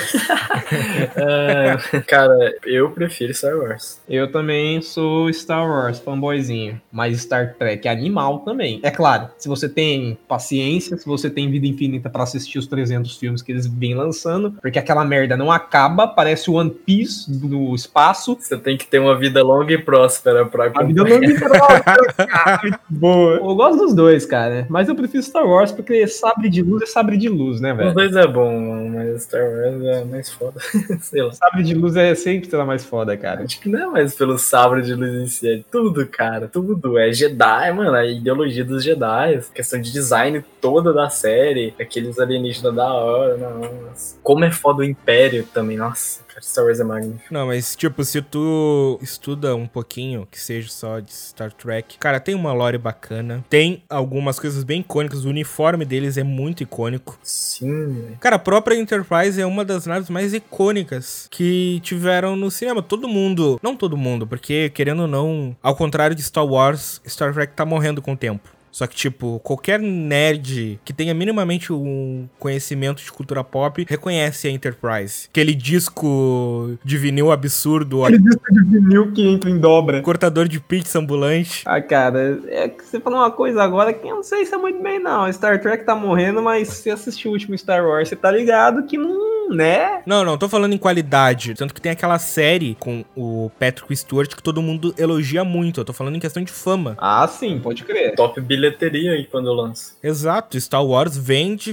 Cara, eu prefiro Star Wars. Eu também sou Star Wars, fanboyzinho, mas Star Trek é animal também. É claro, se você tem paciência, se você tem vida infinita pra assistir os 300 filmes que eles vêm lançando, porque aquela merda não acaba, parece o One Piece do espaço. Você tem que ter uma vida longa e próspera pra A vida longa e próspera, cara, muito boa. Eu gosto dos dois, cara, mas eu prefiro Star Wars porque sabre de luz é sabre de luz, né, velho? Os dois é bom, mas Star Wars é mais foda. Sei lá. Sabre de luz é sempre será mais foda, cara. Acho que não é mais pelo sabre de luz em si, é tudo, cara, tudo. É Jedi, mano, a ideologia dos Jedi, questão de design toda da série, aqueles alienígenas da hora, nossa. Como é foda o Império também, nossa. Star Wars é magnífico. Não, mas tipo, se tu estuda um pouquinho, que seja só de Star Trek, cara, tem uma lore bacana, tem algumas coisas bem icônicas, o uniforme deles é muito icônico. Sim. Cara, a própria Enterprise é uma das naves mais icônicas que tiveram no cinema. Todo mundo, não todo mundo, porque querendo ou não, ao contrário de Star Wars, Star Trek tá morrendo com o tempo. Só que, tipo, qualquer nerd que tenha minimamente um conhecimento de cultura pop reconhece a Enterprise. Aquele disco de vinil absurdo, Aquele disco de vinil que entra em dobra. cortador de pizza ambulante. Ah, cara, é que você falou uma coisa agora que eu não sei se é muito bem, não. Star Trek tá morrendo, mas se assistiu o último Star Wars, você tá ligado que não né? Não, tô falando em qualidade. Tanto que tem aquela série com o Patrick Stewart que todo mundo elogia muito. Eu tô falando em questão de fama. Ah, sim, pode crer. Top bilheteria aí quando lança. Exato, Star Wars vende.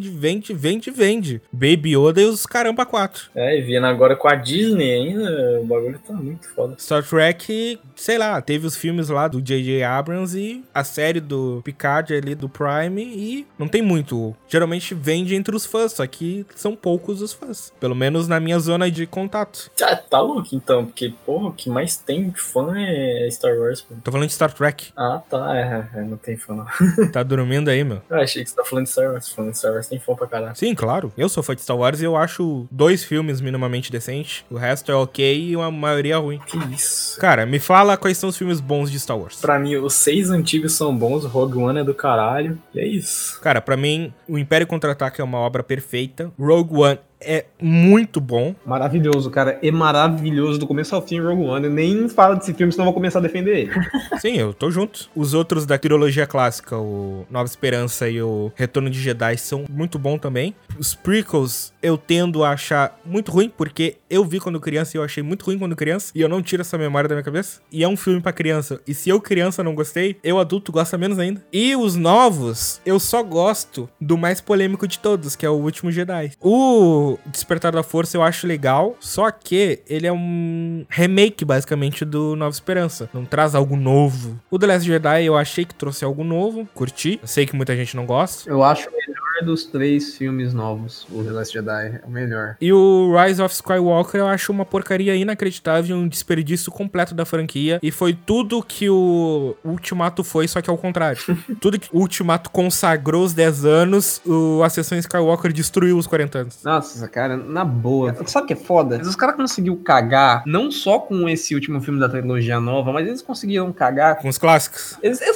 Baby Yoda e os caramba 4. E vindo agora com a Disney ainda, o bagulho tá muito foda. Star Trek, sei lá, teve os filmes lá do J.J. Abrams e a série do Picard ali do Prime e não tem muito. Geralmente vende entre os fãs, só que são poucos os fãs. Pelo menos na minha zona de contato. Tá louco então, porque, porra, o que mais tem de fã é Star Wars, pô. Tô falando de Star Trek. Ah, tá, não tem fã não. Tá dormindo aí, meu. Eu achei que você tá falando de Star Wars. Falando de Star Wars tem fã pra caralho. Sim, claro. Eu sou fã de Star Wars e eu acho 2 filmes minimamente decentes. O resto é ok e a maioria ruim. Que isso. Cara, me fala quais são os filmes bons de Star Wars. Pra mim, os 6 antigos são bons, o Rogue One é do caralho. E é isso. Cara, pra mim, o Império Contra-Ataque é uma obra perfeita. Rogue One é muito bom. Maravilhoso, cara. É maravilhoso do começo ao fim, Rogue One. Eu nem falo desse filme, senão eu vou começar a defender ele. Sim, eu tô junto. Os outros da trilogia clássica, o Nova Esperança e o Retorno de Jedi, são muito bons também. Os prequels eu tendo a achar muito ruim, porque eu vi quando criança e eu achei muito ruim quando criança, e eu não tiro essa memória da minha cabeça. E é um filme pra criança. E se eu criança não gostei, eu adulto gosto menos ainda. E os novos, eu só gosto do mais polêmico de todos, que é o Último Jedi. O Despertar da Força eu acho legal, só que ele é um remake, basicamente, do Nova Esperança. Não traz algo novo. O The Last Jedi eu achei que trouxe algo novo, curti. Eu sei que muita gente não gosta. Eu acho o melhor dos 3 filmes novos, o The Last Jedi, é o melhor. E o Rise of Skywalker eu acho uma porcaria inacreditável, um desperdício completo da franquia. E foi tudo que o Ultimato foi, só que ao contrário. Tudo que o Ultimato consagrou os 10 anos, o Ascensão Skywalker destruiu os 40 anos. Nossa, cara, na boa. Sabe o que é foda? Os caras conseguiram cagar, não só com esse último filme da trilogia nova, mas eles conseguiram cagar Com os clássicos.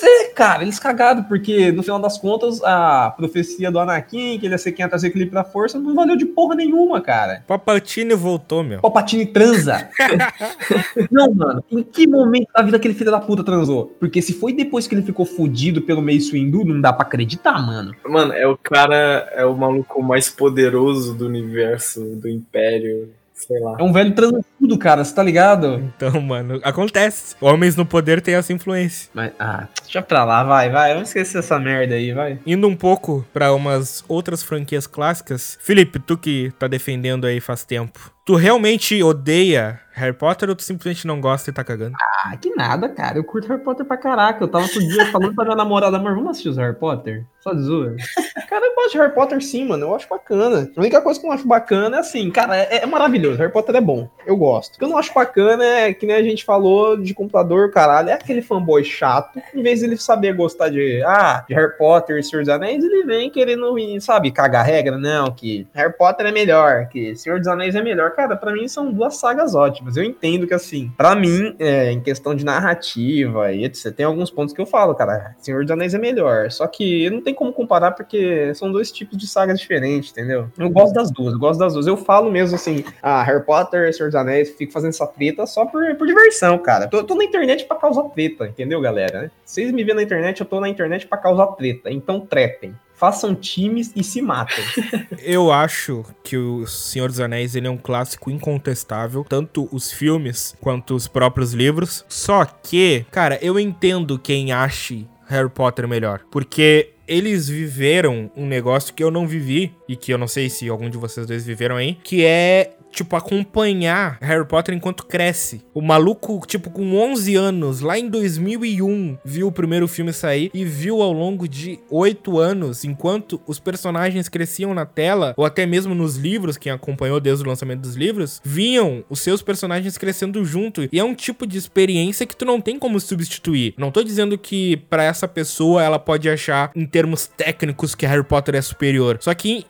Eles cagaram, porque no final das contas, a profecia do Anakin, que ele ia ser quem ia trazer equilíbrio pra força, não valeu de porra nenhuma, cara. Palpatine voltou, meu. Palpatine transa. Não, mano, em que momento da vida aquele filho da puta transou? Porque se foi depois que ele ficou fudido pelo Mace Windu, não dá pra acreditar, mano. Mano, é o maluco mais poderoso do universo, do Império, sei lá. É um velho transudo, cara, você tá ligado? Então, mano, acontece. Homens no poder têm essa influência. Mas, deixa pra lá, vai, vamos esquecer essa merda aí, vai. Indo um pouco pra umas outras franquias clássicas. Felipe, tu que tá defendendo aí faz tempo. Tu realmente odeia Harry Potter ou tu simplesmente não gosta e tá cagando? Que nada, cara. Eu curto Harry Potter pra caraca. Eu tava outro dia falando pra minha namorada, amor, vamos assistir os Harry Potter? Só de zoa. Cara, eu gosto de Harry Potter sim, mano. Eu acho bacana. A única coisa que eu não acho bacana é assim, cara, é maravilhoso. Harry Potter é bom. Eu gosto. O que eu não acho bacana é que nem a gente falou de computador, caralho. É aquele fanboy chato. Em vez de ele saber gostar de Harry Potter e Senhor dos Anéis, ele vem querendo, sabe, cagar regra. Não, que Harry Potter é melhor, que Senhor dos Anéis é melhor. Cara, pra mim são 2 sagas ótimas. Eu entendo que, assim, pra mim, em questão de narrativa e etc, tem alguns pontos que eu falo, cara, Senhor dos Anéis é melhor. Só que não tem como comparar porque são 2 tipos de sagas diferentes, entendeu? Eu gosto das duas. Eu falo mesmo, assim, Harry Potter, Senhor dos Anéis, fico fazendo essa treta só por diversão, cara. Tô na internet pra causar treta, entendeu, galera? Vocês me vêem na internet, eu tô na internet pra causar treta. Então trepem. Façam times e se matem. Eu acho que o Senhor dos Anéis ele é um clássico incontestável, tanto os filmes quanto os próprios livros. Só que, cara, eu entendo quem ache Harry Potter melhor, porque eles viveram um negócio que eu não vivi, e que eu não sei se algum de vocês dois viveram aí, que é, tipo, acompanhar Harry Potter enquanto cresce. O maluco, tipo, com 11 anos, lá em 2001, viu o primeiro filme sair e viu ao longo de 8 anos, enquanto os personagens cresciam na tela, ou até mesmo nos livros, quem acompanhou desde o lançamento dos livros, viam os seus personagens crescendo junto. E é um tipo de experiência que tu não tem como substituir. Não tô dizendo que pra essa pessoa ela pode achar, em termos técnicos, que Harry Potter é superior. Só que,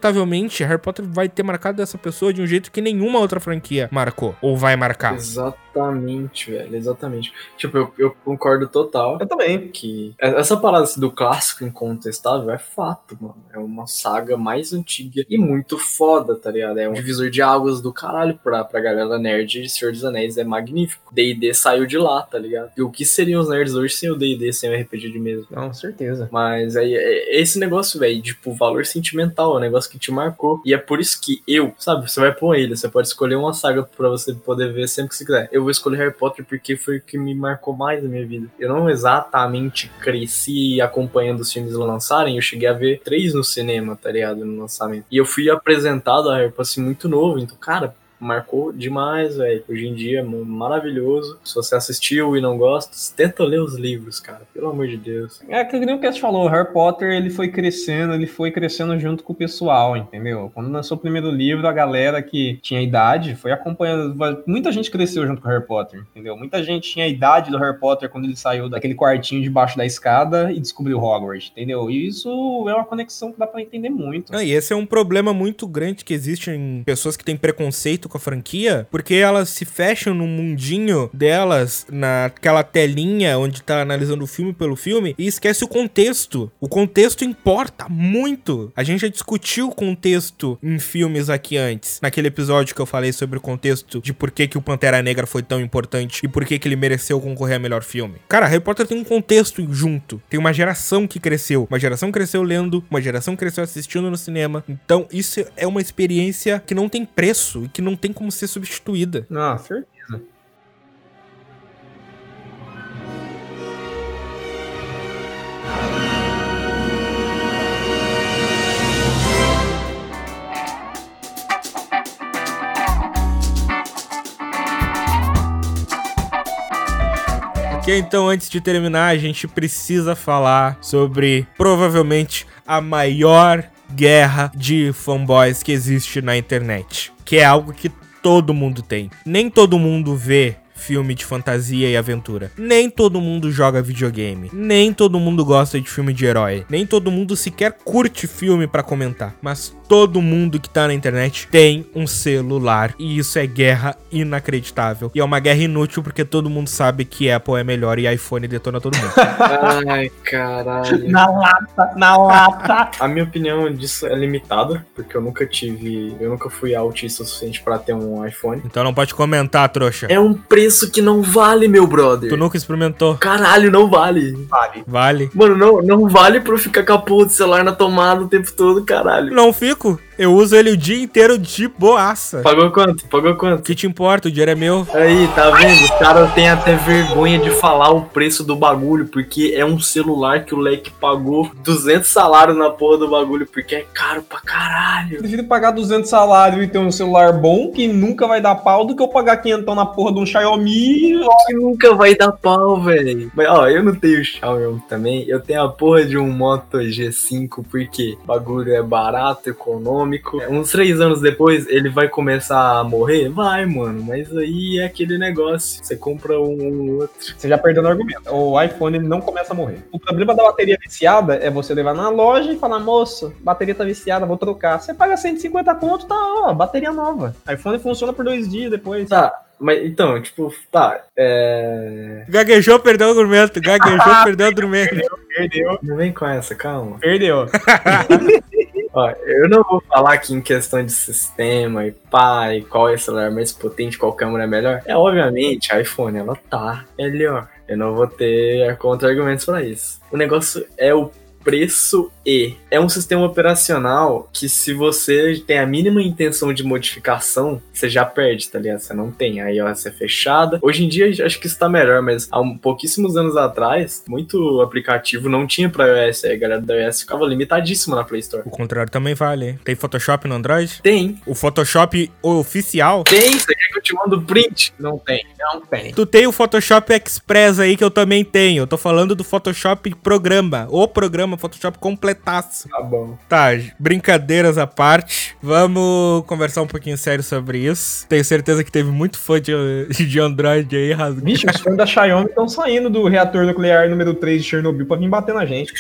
inevitavelmente, Harry Potter vai ter marcado essa pessoa de um jeito que nenhuma outra franquia marcou, ou vai marcar. Exatamente, velho, exatamente. Tipo, eu concordo total. Eu também. Que essa parada assim, do clássico incontestável é fato, mano. É uma saga mais antiga e muito foda, tá ligado? É um divisor de águas do caralho pra galera nerd de Senhor dos Anéis. É magnífico. D&D saiu de lá, tá ligado? E o que seriam os nerds hoje sem o D&D, sem o RPG de mesa? Não, certeza. Mas aí é esse negócio, velho, tipo, valor sentimental, é um negócio que te marcou. E é por isso que sabe, você vai pra uma ilha, você pode escolher uma saga pra você poder ver sempre que você quiser. Eu vou escolher Harry Potter porque foi o que me marcou mais na minha vida. Eu não exatamente cresci acompanhando os filmes lançarem, eu cheguei a ver 3 no cinema, tá ligado, no lançamento. E eu fui apresentado a Harry Potter assim, muito novo, então, cara, marcou demais, velho. Hoje em dia é maravilhoso. Se você assistiu e não gosta, tenta ler os livros, cara. Pelo amor de Deus. É que nem o Cast falou, o Harry Potter ele foi crescendo junto com o pessoal, entendeu? Quando lançou o primeiro livro, a galera que tinha idade foi acompanhando. Muita gente cresceu junto com o Harry Potter, entendeu? Muita gente tinha a idade do Harry Potter quando ele saiu daquele quartinho debaixo da escada e descobriu Hogwarts, entendeu? E isso é uma conexão que dá pra entender muito. E esse é um problema muito grande que existe em pessoas que têm preconceito com a franquia, porque elas se fecham no mundinho delas, naquela telinha onde tá analisando o filme pelo filme, e esquece o contexto. O contexto importa muito. A gente já discutiu o contexto em filmes aqui antes, naquele episódio que eu falei sobre o contexto de por que o Pantera Negra foi tão importante e por que ele mereceu concorrer a melhor filme. Cara, Harry Potter tem um contexto junto. Tem uma geração que cresceu. Uma geração cresceu lendo, uma geração cresceu assistindo no cinema. Então, isso é uma experiência que não tem preço e que não tem como ser substituída. Ah, certeza. Ok, então antes de terminar, a gente precisa falar sobre provavelmente a maior guerra de fanboys que existe na internet, que é algo que todo mundo tem. Nem todo mundo vê filme de fantasia e aventura. Nem todo mundo joga videogame. Nem todo mundo gosta de filme de herói. Nem todo mundo sequer curte filme pra comentar. Mas todo mundo que tá na internet tem um celular. E isso é guerra inacreditável. E é uma guerra inútil porque todo mundo sabe que Apple é melhor e iPhone detona todo mundo. Ai, caralho. Na lata. A minha opinião disso é limitada, porque eu nunca fui autista o suficiente pra ter um iPhone. Então não pode comentar, trouxa. É um preço que não vale, meu brother. Tu nunca experimentou? Caralho, não vale. Vale. Mano, não vale pra eu ficar com a porra do celular na tomada o tempo todo, caralho. Não fico. Eu uso ele o dia inteiro de boaça. Pagou quanto? Que te importa? O dinheiro é meu. Aí, tá vendo? Os caras têm até vergonha de falar o preço do bagulho, porque é um celular que o leque pagou 200 salários na porra do bagulho, porque é caro pra caralho. Eu prefiro pagar 200 salários e ter um celular bom que nunca vai dar pau do que eu pagar 500 na porra de um Xiaomi. Que nunca vai dar pau, velho. Mas, ó, eu não tenho Xiaomi também, eu tenho a porra de um Moto G5, porque o bagulho é barato, econômico. Uns 3 anos depois, ele vai começar a morrer? Vai, mano, mas aí é aquele negócio. Você compra um outro. Você já perdeu no argumento. O iPhone ele não começa a morrer. O problema da bateria viciada é você levar na loja e falar, moço, bateria tá viciada, vou trocar. Você paga 150 conto, tá, ó, bateria nova. iPhone funciona por 2 dias depois. Tá. Mas então, tipo, Gaguejou, perdeu o argumento. Perdeu. Não vem com essa, calma. Perdeu. Ó, eu não vou falar aqui em questão de sistema e pá, e qual é o celular mais potente, qual câmera é melhor. Obviamente, a iPhone, ela tá melhor. Eu não vou ter contra-argumentos pra isso. O negócio é o preço e é um sistema operacional que se você tem a mínima intenção de modificação, você já perde, tá ligado? Você não tem, a iOS é fechada. Hoje em dia acho que isso tá melhor, mas há pouquíssimos anos atrás, muito aplicativo não tinha pra iOS, aí a galera da iOS ficava limitadíssima na Play Store. O contrário também vale, hein? Tem Photoshop no Android? Tem. O Photoshop oficial? Tem, você quer que eu te mando o print? Não tem. Tu tem o Photoshop Express aí que eu também tenho. Eu tô falando do Photoshop programa, o programa programa Photoshop completaço. Tá bom. Tá, brincadeiras à parte, vamos conversar um pouquinho sério sobre isso. Tenho certeza que teve muito fã de Android aí rasgando. Vixe, os fãs da Xiaomi estão saindo do reator nuclear número 3 de Chernobyl pra vir bater na gente.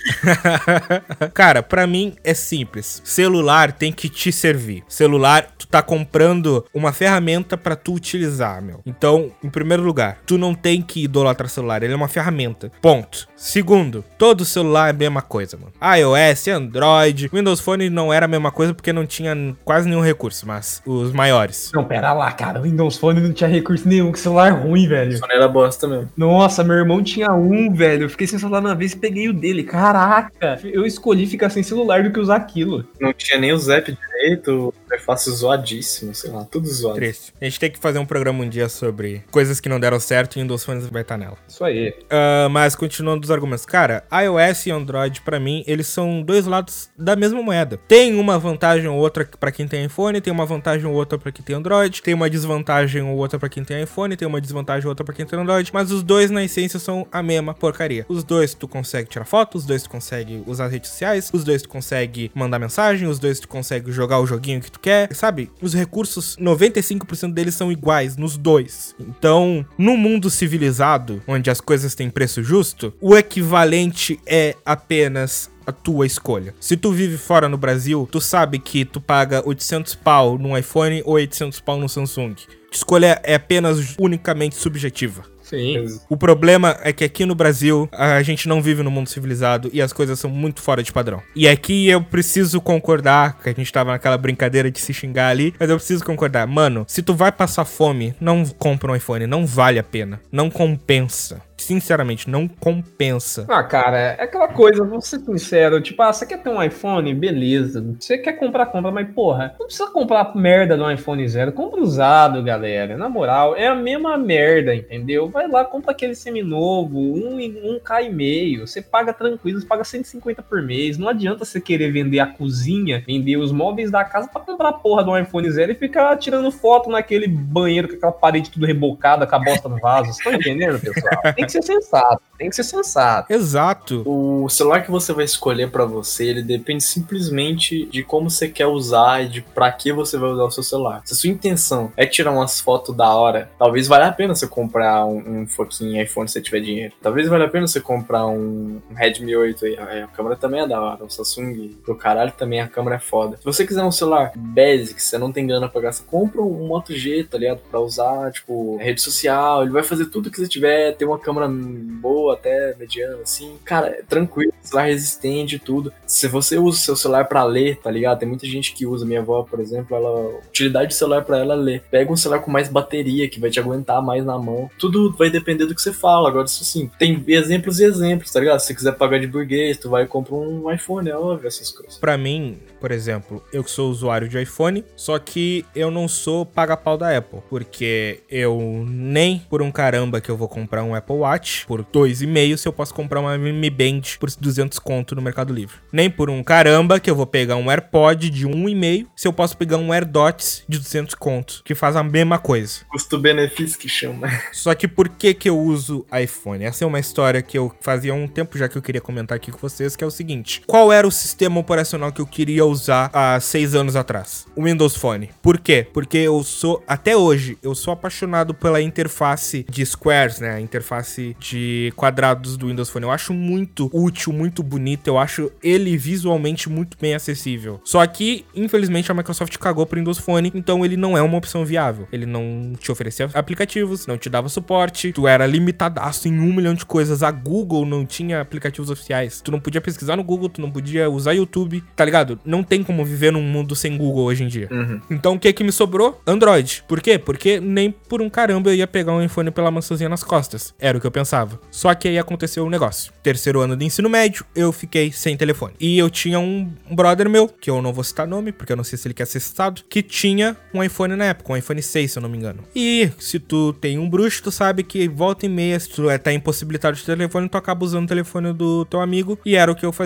Cara, pra mim é simples. Celular tem que te servir. Celular, tu tá comprando uma ferramenta pra tu utilizar, meu. Então, em primeiro lugar, tu não tem que idolatrar celular, ele é uma ferramenta. Ponto. Segundo, todo celular é a mesma coisa, mano. iOS, Android, Windows Phone não era a mesma coisa porque não tinha quase nenhum recurso, mas os maiores. Não, pera lá, cara. O Windows Phone não tinha recurso nenhum, que celular ruim, velho. Só era bosta mesmo. Nossa, meu irmão tinha um, velho. Eu fiquei sem celular na vez e peguei o dele. Caraca, eu escolhi ficar sem celular do que usar aquilo. Não tinha nem o Zap direito, interface zoadíssimo, sei lá, tudo zoado. Triste. A gente tem que fazer um programa um dia sobre coisas que não deram certo e Windows Phone vai estar nela. Isso aí. Mas continuando dos argumentos. Cara, iOS e Android, pra mim, eles são dois lados da mesma moeda. Tem uma vantagem ou outra pra quem tem iPhone, tem uma vantagem ou outra pra quem tem Android, tem uma desvantagem ou outra pra quem tem iPhone, tem uma desvantagem ou outra pra quem tem Android, mas os dois, na essência, são a mesma porcaria. Os dois tu consegue tirar foto, os dois tu consegue usar as redes sociais, os dois tu consegue mandar mensagem, os dois tu consegue jogar o joguinho que tu quer, sabe? Os recursos, 95% deles são iguais nos dois. Então, no mundo civilizado, onde as coisas têm preço justo, o equivalente é apenas a tua escolha. Se tu vive fora no Brasil, tu sabe que tu paga 800 pau no iPhone ou 800 pau no Samsung. A escolha é apenas unicamente subjetiva. Sim. O problema é que aqui no Brasil a gente não vive no mundo civilizado e as coisas são muito fora de padrão. E aqui eu preciso concordar, que a gente tava naquela brincadeira de se xingar ali, mas eu preciso concordar. Mano, se tu vai passar fome, não compra um iPhone, não vale a pena. Não compensa. Sinceramente, não compensa. Ah, cara, é aquela coisa, vou ser sincero, tipo, você quer ter um iPhone? Beleza. Você quer comprar, compra, mas porra, não precisa comprar merda do iPhone 0, compra usado, galera. Na moral, é a mesma merda, entendeu? Vai lá, compra aquele seminovo, 1K e meio, você paga tranquilo, você paga 150 por mês. Não adianta você querer vender a cozinha, vender os móveis da casa pra comprar a porra do iPhone 0 e ficar tirando foto naquele banheiro com aquela parede tudo rebocada, com a bosta no vaso. Vocês estão entendendo, pessoal? Tem que ser sensato, tem que ser sensato. Exato. O celular que você vai escolher pra você, ele depende simplesmente de como você quer usar e de pra que você vai usar o seu celular. Se a sua intenção é tirar umas fotos da hora, talvez valha a pena você comprar um fucking iPhone se você tiver dinheiro. Talvez valha a pena você comprar um Redmi 8 aí. A câmera também é da hora. O Samsung do caralho também, a câmera é foda. Se você quiser um celular basic, você não tem grana pra gastar, compra um Moto G, tá ligado? Pra usar, tipo, rede social. Ele vai fazer tudo que você tiver, ter uma câmera boa, até mediana, assim. Cara, é tranquilo, celular resistente e tudo. Se você usa o seu celular pra ler, tá ligado? Tem muita gente que usa. Minha avó, por exemplo, a utilidade do celular pra ela é ler. Pega um celular com mais bateria, que vai te aguentar mais na mão. Tudo vai depender do que você fala. Agora, isso sim, tem exemplos e exemplos, tá ligado? Se você quiser pagar de burguês, tu vai e compra um iPhone, é óbvio, essas coisas. Pra mim, por exemplo, eu que sou usuário de iPhone, só que eu não sou paga-pau da Apple, porque eu nem por um caramba que eu vou comprar um Apple Watch por 2,5 se eu posso comprar uma Mi Band por 200 conto no Mercado Livre. Nem por um caramba que eu vou pegar um AirPod de 1,5 se eu posso pegar um AirDots de 200 conto, que faz a mesma coisa. Custo-benefício que chama. Só que por que eu uso iPhone? Essa é uma história que eu fazia há um tempo já que eu queria comentar aqui com vocês, que é o seguinte. Qual era o sistema operacional que eu queria usar há 6 anos atrás? O Windows Phone. Por quê? Porque eu sou, até hoje, eu sou apaixonado pela interface de squares, né? A interface de quadrados do Windows Phone. Eu acho muito útil, muito bonito. Eu acho ele visualmente muito bem acessível. Só que, infelizmente, a Microsoft cagou pro Windows Phone, então ele não é uma opção viável. Ele não te oferecia aplicativos, não te dava suporte, tu era limitadaço em 1 milhão de coisas. A Google não tinha aplicativos oficiais. Tu não podia pesquisar no Google, tu não podia usar YouTube, tá ligado? Não tem como viver num mundo sem Google hoje em dia. Então, o que me sobrou? Android. Por quê? Porque nem por um caramba eu ia pegar um iPhone pela maçãzinha nas costas. Era o que eu pensava. Só que aí aconteceu um negócio. Terceiro ano de ensino médio, eu fiquei sem telefone. E eu tinha um brother meu, que eu não vou citar nome, porque eu não sei se ele quer ser citado, que tinha um iPhone na época, um iPhone 6, se eu não me engano. E se tu tem um bruxo, tu sabe que volta e meia, se tu tá impossibilitado de ter telefone, tu acaba usando o telefone do teu amigo. E era o que eu fazia.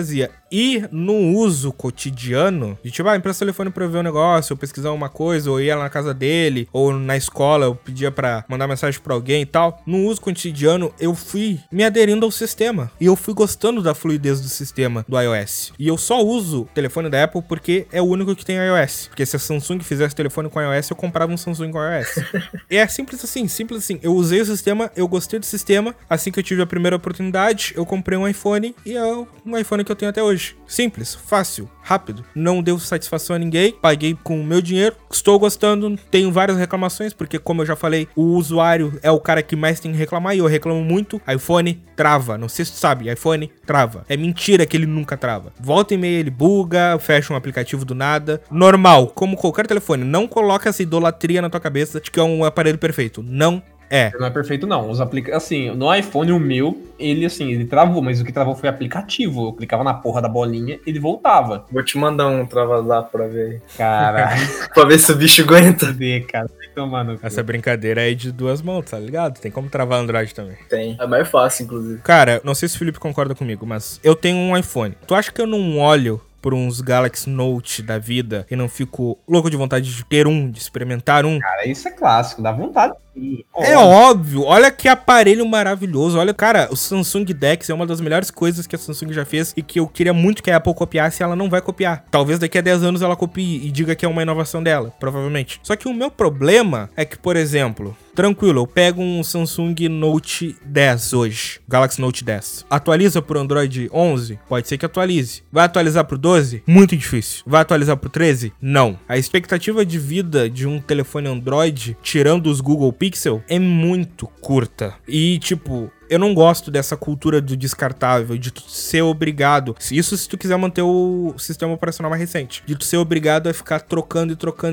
E no uso cotidiano, de tipo, empresta o telefone pra eu ver um negócio, ou pesquisar uma coisa, ou ir lá na casa dele, ou na escola, eu pedia pra mandar mensagem pra alguém e tal. No uso cotidiano, eu fui me aderindo ao sistema. E eu fui gostando da fluidez do sistema do iOS. E eu só uso o telefone da Apple porque é o único que tem iOS. Porque se a Samsung fizesse telefone com iOS, eu comprava um Samsung com iOS. E é simples assim, simples assim. Eu usei o sistema, eu gostei do sistema. Assim que eu tive a primeira oportunidade, eu comprei um iPhone e é um iPhone que eu tenho até hoje. Simples, fácil, rápido. Não deu satisfação a ninguém. Paguei com o meu dinheiro. Estou gostando. Tenho várias reclamações, porque como eu já falei, o usuário é o cara que mais tem que reclamar e eu reclamo muito. iPhone trava. Não sei se tu sabe, iPhone trava. É mentira que ele nunca trava. Volta e meia ele buga, fecha um aplicativo do nada. Normal, como qualquer telefone. Não coloca essa idolatria na tua cabeça de que é um aparelho perfeito. Não é. Não é perfeito, não. Assim, no iPhone, o meu, ele travou, mas o que travou foi aplicativo. Eu clicava na porra da bolinha, ele voltava. Vou te mandar um travazap pra ver. Caralho. Pra ver se o bicho aguenta. Cara, tomando. Essa brincadeira aí de duas mãos, tá ligado? Tem como travar Android também. Tem. É mais fácil, inclusive. Cara, não sei se o Felipe concorda comigo, mas eu tenho um iPhone. Tu acha que eu não olho por uns Galaxy Note da vida e não fico louco de vontade de ter um, de experimentar um? Cara, isso é clássico, dá vontade. É óbvio, olha que aparelho maravilhoso. Olha, cara, o Samsung Dex é uma das melhores coisas que a Samsung já fez e que eu queria muito que a Apple copiasse e ela não vai copiar. Talvez daqui a 10 anos ela copie e diga que é uma inovação dela, provavelmente. Só que o meu problema é que, por exemplo, tranquilo, eu pego um Samsung Note 10 hoje, Galaxy Note 10. Atualiza pro Android 11? Pode ser que atualize. Vai atualizar pro 12? Muito difícil. Vai atualizar pro 13? Não. A expectativa de vida de um telefone Android, tirando os Google Pixel, é muito curta. E, tipo, eu não gosto dessa cultura do descartável, de tu ser obrigado, se tu quiser manter o sistema operacional mais recente, de tu ser obrigado a ficar trocando.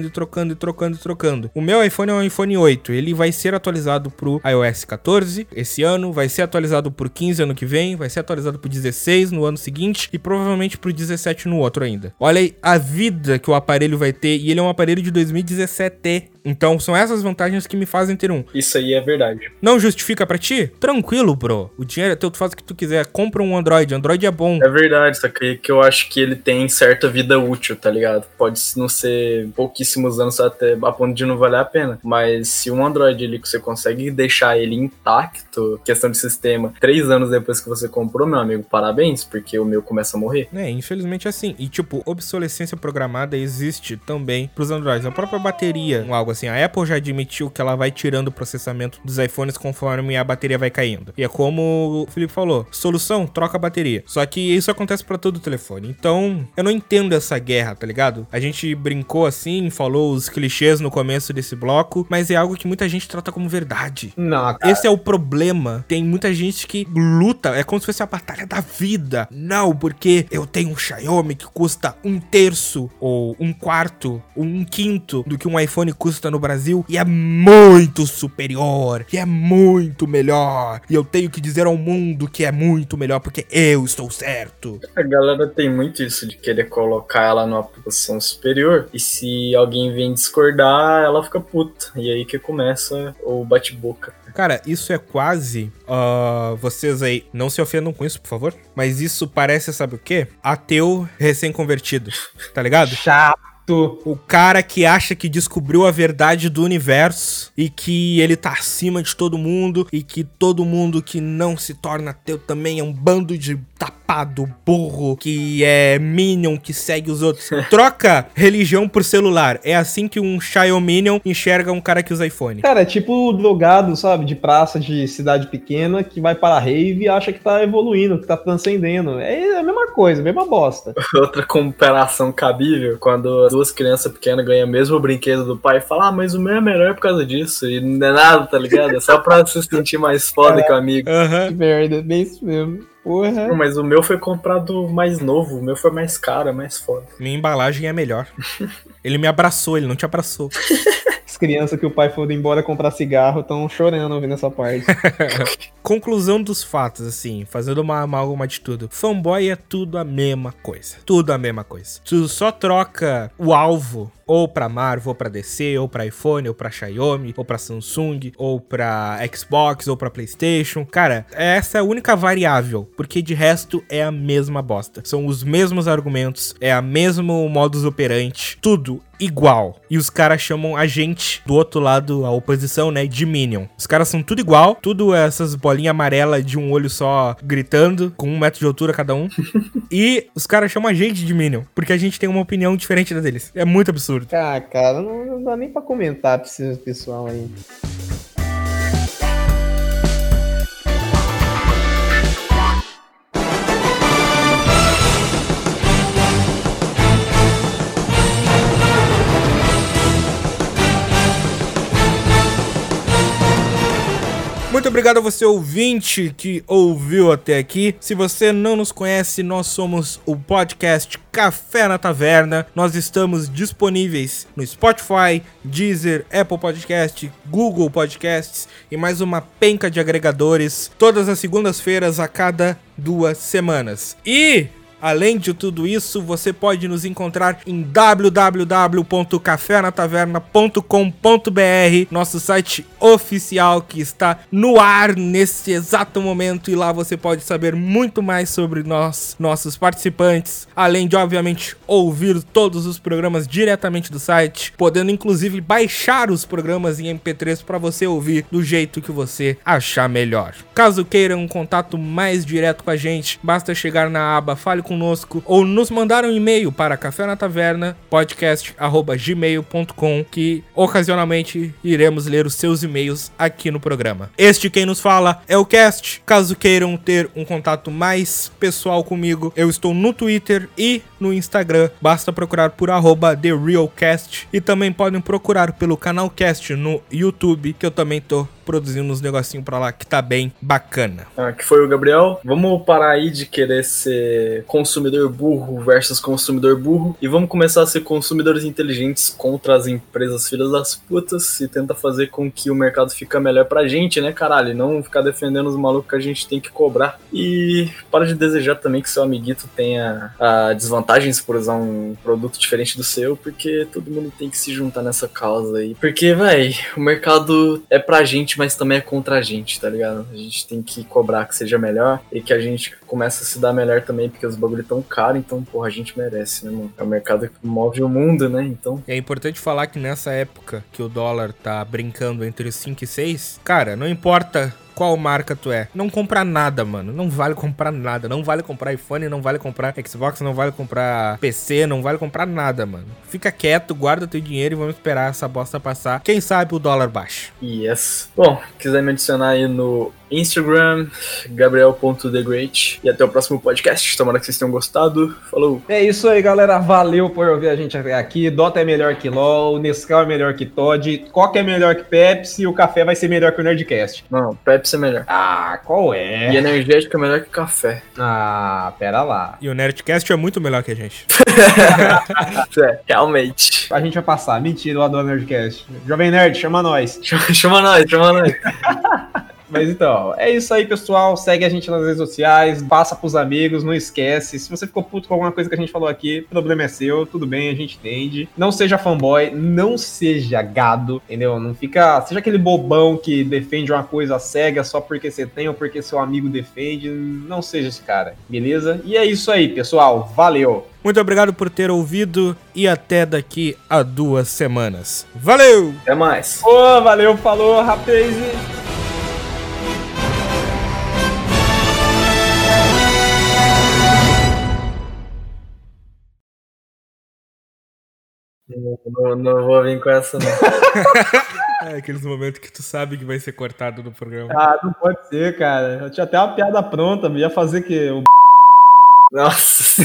O meu iPhone é um iPhone 8, ele vai ser atualizado pro iOS 14 esse ano, vai ser atualizado pro 15 ano que vem, vai ser atualizado pro 16 no ano seguinte e provavelmente pro 17 no outro ainda. Olha aí a vida que o aparelho vai ter, e ele é um aparelho de 2017. Então são essas vantagens que me fazem ter um. Isso aí é verdade. Não justifica pra ti? Tranquilo, bro. O dinheiro é teu, tu faz o que tu quiser. Compra um Android. Android é bom. É verdade, só que eu acho que ele tem certa vida útil, tá ligado? Pode não ser pouquíssimos anos até a ponto de não valer a pena. Mas se um Android ali que você consegue deixar ele intacto, questão de sistema, 3 anos depois que você comprou, meu amigo, parabéns, porque o meu começa a morrer. É, infelizmente é assim. E tipo, obsolescência programada existe também pros Androids. A própria bateria, algo assim. A Apple já admitiu que ela vai tirando o processamento dos iPhones conforme a bateria vai caindo. E é como o Felipe falou, solução, troca a bateria. Só que isso acontece pra todo telefone. Então, eu não entendo essa guerra, tá ligado? A gente brincou assim, falou os clichês no começo desse bloco, mas é algo que muita gente trata como verdade. Não, cara. Esse é o problema. Tem muita gente que luta, é como se fosse a batalha da vida. Não, porque eu tenho um Xiaomi que custa 1/3, ou 1/4, ou 1/5 do que um iPhone custa no Brasil, e é muito superior, e é muito melhor, e eu tenho que dizer ao mundo que é muito melhor porque eu estou certo. A galera tem muito isso de querer colocar ela numa posição superior, e se alguém vem discordar, ela fica puta, e aí que começa o bate-boca. Cara, isso é quase... vocês aí, não se ofendam com isso, por favor, mas isso parece, sabe o quê? Ateu recém-convertido, tá ligado? Chato. O cara que acha que descobriu a verdade do universo e que ele tá acima de todo mundo e que todo mundo que não se torna ateu também é um bando de tapado, burro, que é minion, que segue os outros. Troca religião por celular. É assim que um Xiaominion enxerga um cara que usa iPhone. Cara, é tipo o drogado, sabe, de praça de cidade pequena que vai para a rave e acha que tá evoluindo, que tá transcendendo. É a mesma coisa, a mesma bosta. Outra comparação cabível, quando as duas crianças pequenas ganham o mesmo brinquedo do pai e falam, mas o meu é melhor por causa disso. E não é nada, tá ligado? É só pra se sentir mais foda que o amigo. Que merda, bem isso mesmo. Porra. Não, mas o meu foi comprado mais novo, o meu foi mais caro, é mais foda. Minha embalagem é melhor. Ele me abraçou, ele não te abraçou. As crianças que o pai foi embora comprar cigarro estão chorando ouvindo essa parte. Conclusão dos fatos, assim, fazendo uma amálgama de tudo. Fanboy é tudo a mesma coisa. Tudo a mesma coisa. Tu só troca o alvo ou pra Marvel, ou pra DC, ou pra iPhone, ou pra Xiaomi, ou pra Samsung, ou pra Xbox, ou pra PlayStation. Cara, essa é a única variável, porque de resto é a mesma bosta. São os mesmos argumentos, é a mesmo modus operandi, tudo igual. E os caras chamam a gente do outro lado, a oposição, né, de Minion. Os caras são tudo igual, tudo essas bolinhas amarelas de um olho só gritando, com 1 metro de altura cada um. E os caras chamam a gente de Minion, porque a gente tem uma opinião diferente da deles. É muito absurdo. Ah, cara, não dá nem pra comentar pra esse pessoal aí. Muito obrigado a você, ouvinte, que ouviu até aqui. Se você não nos conhece, nós somos o podcast Café na Taverna. Nós estamos disponíveis no Spotify, Deezer, Apple Podcast, Google Podcasts e mais uma penca de agregadores, todas as segundas-feiras a cada 2 semanas. E além de tudo isso, você pode nos encontrar em www.cafenataverna.com.br, nosso site oficial que está no ar nesse exato momento, e lá você pode saber muito mais sobre nossos participantes, além de, obviamente, ouvir todos os programas diretamente do site, podendo inclusive baixar os programas em MP3 para você ouvir do jeito que você achar melhor. Caso queira um contato mais direto com a gente, basta chegar na aba Fale Conosco ou nos mandar um e-mail para cafenataverna.podcast@gmail.com, que ocasionalmente iremos ler os seus e-mails aqui no programa. Este quem nos fala é o Cast. Caso queiram ter um contato mais pessoal comigo, eu estou no Twitter e no Instagram, basta procurar por @TheRealCast, e também podem procurar pelo canal Cast no YouTube, que eu também tô produzindo uns negocinhos pra lá que tá bem bacana. Que foi o Gabriel. Vamos parar aí de querer ser consumidor burro versus consumidor burro e vamos começar a ser consumidores inteligentes contra as empresas filhas das putas e tentar fazer com que o mercado fique melhor pra gente, né, caralho? Não ficar defendendo os malucos que a gente tem que cobrar. E para de desejar também que seu amiguito tenha desvantagens por usar um produto diferente do seu, porque todo mundo tem que se juntar nessa causa aí. Porque, véi, o mercado é pra gente, mas também é contra a gente, tá ligado? A gente tem que cobrar que seja melhor e que a gente comece a se dar melhor também, porque os bagulho tão caro, então, porra, a gente merece, né, mano? É o mercado que move o mundo, né, então... É importante falar que nessa época que o dólar tá brincando entre os 5 e 6, cara, não importa qual marca tu é, não compra nada, mano. Não vale comprar nada. Não vale comprar iPhone, não vale comprar Xbox, não vale comprar PC, não vale comprar nada, mano. Fica quieto, guarda teu dinheiro e vamos esperar essa bosta passar. Quem sabe o dólar baixa. Yes. Bom, quiser me adicionar aí no Instagram, gabriel.thegreat. E até o próximo podcast. Tomara que vocês tenham gostado. Falou! É isso aí, galera. Valeu por ouvir a gente até aqui. Dota é melhor que LOL, Nescau é melhor que Todd, Coca é melhor que Pepsi e o café vai ser melhor que o Nerdcast. Não, Pepsi é melhor. Ah, qual é? E energético é melhor que café. Ah, pera lá. E o Nerdcast é muito melhor que a gente. Realmente. A gente vai passar. Mentira, eu adoro Nerdcast. Jovem Nerd, chama nós. Chama nós. Mas então, é isso aí, pessoal. Segue a gente nas redes sociais, passa pros amigos, não esquece. Se você ficou puto com alguma coisa que a gente falou aqui, o problema é seu, tudo bem, a gente entende. Não seja fanboy, não seja gado, entendeu? Não fica... Seja aquele bobão que defende uma coisa cega só porque você tem ou porque seu amigo defende. Não seja esse cara, beleza? E é isso aí, pessoal. Valeu! Muito obrigado por ter ouvido e até daqui a 2 semanas. Valeu! Até mais! Ô, valeu, falou, rapaz! Não vou vir com essa, não. É aqueles momentos que tu sabe que vai ser cortado no programa. Ah, não pode ser, cara. Eu tinha até uma piada pronta, ia fazer que o... Nossa.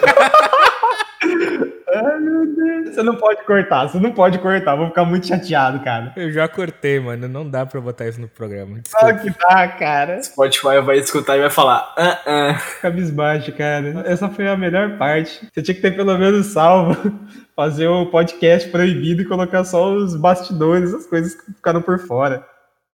Ai, meu Deus. Você não pode cortar, vou ficar muito chateado, cara. Eu já cortei, mano, não dá pra botar isso no programa. Claro que dá, cara. Spotify vai escutar e vai falar Cabisbaixo, cara. Essa foi a melhor parte. Você tinha que ter pelo menos salvo. Fazer o podcast proibido e colocar só os bastidores, as coisas que ficaram por fora.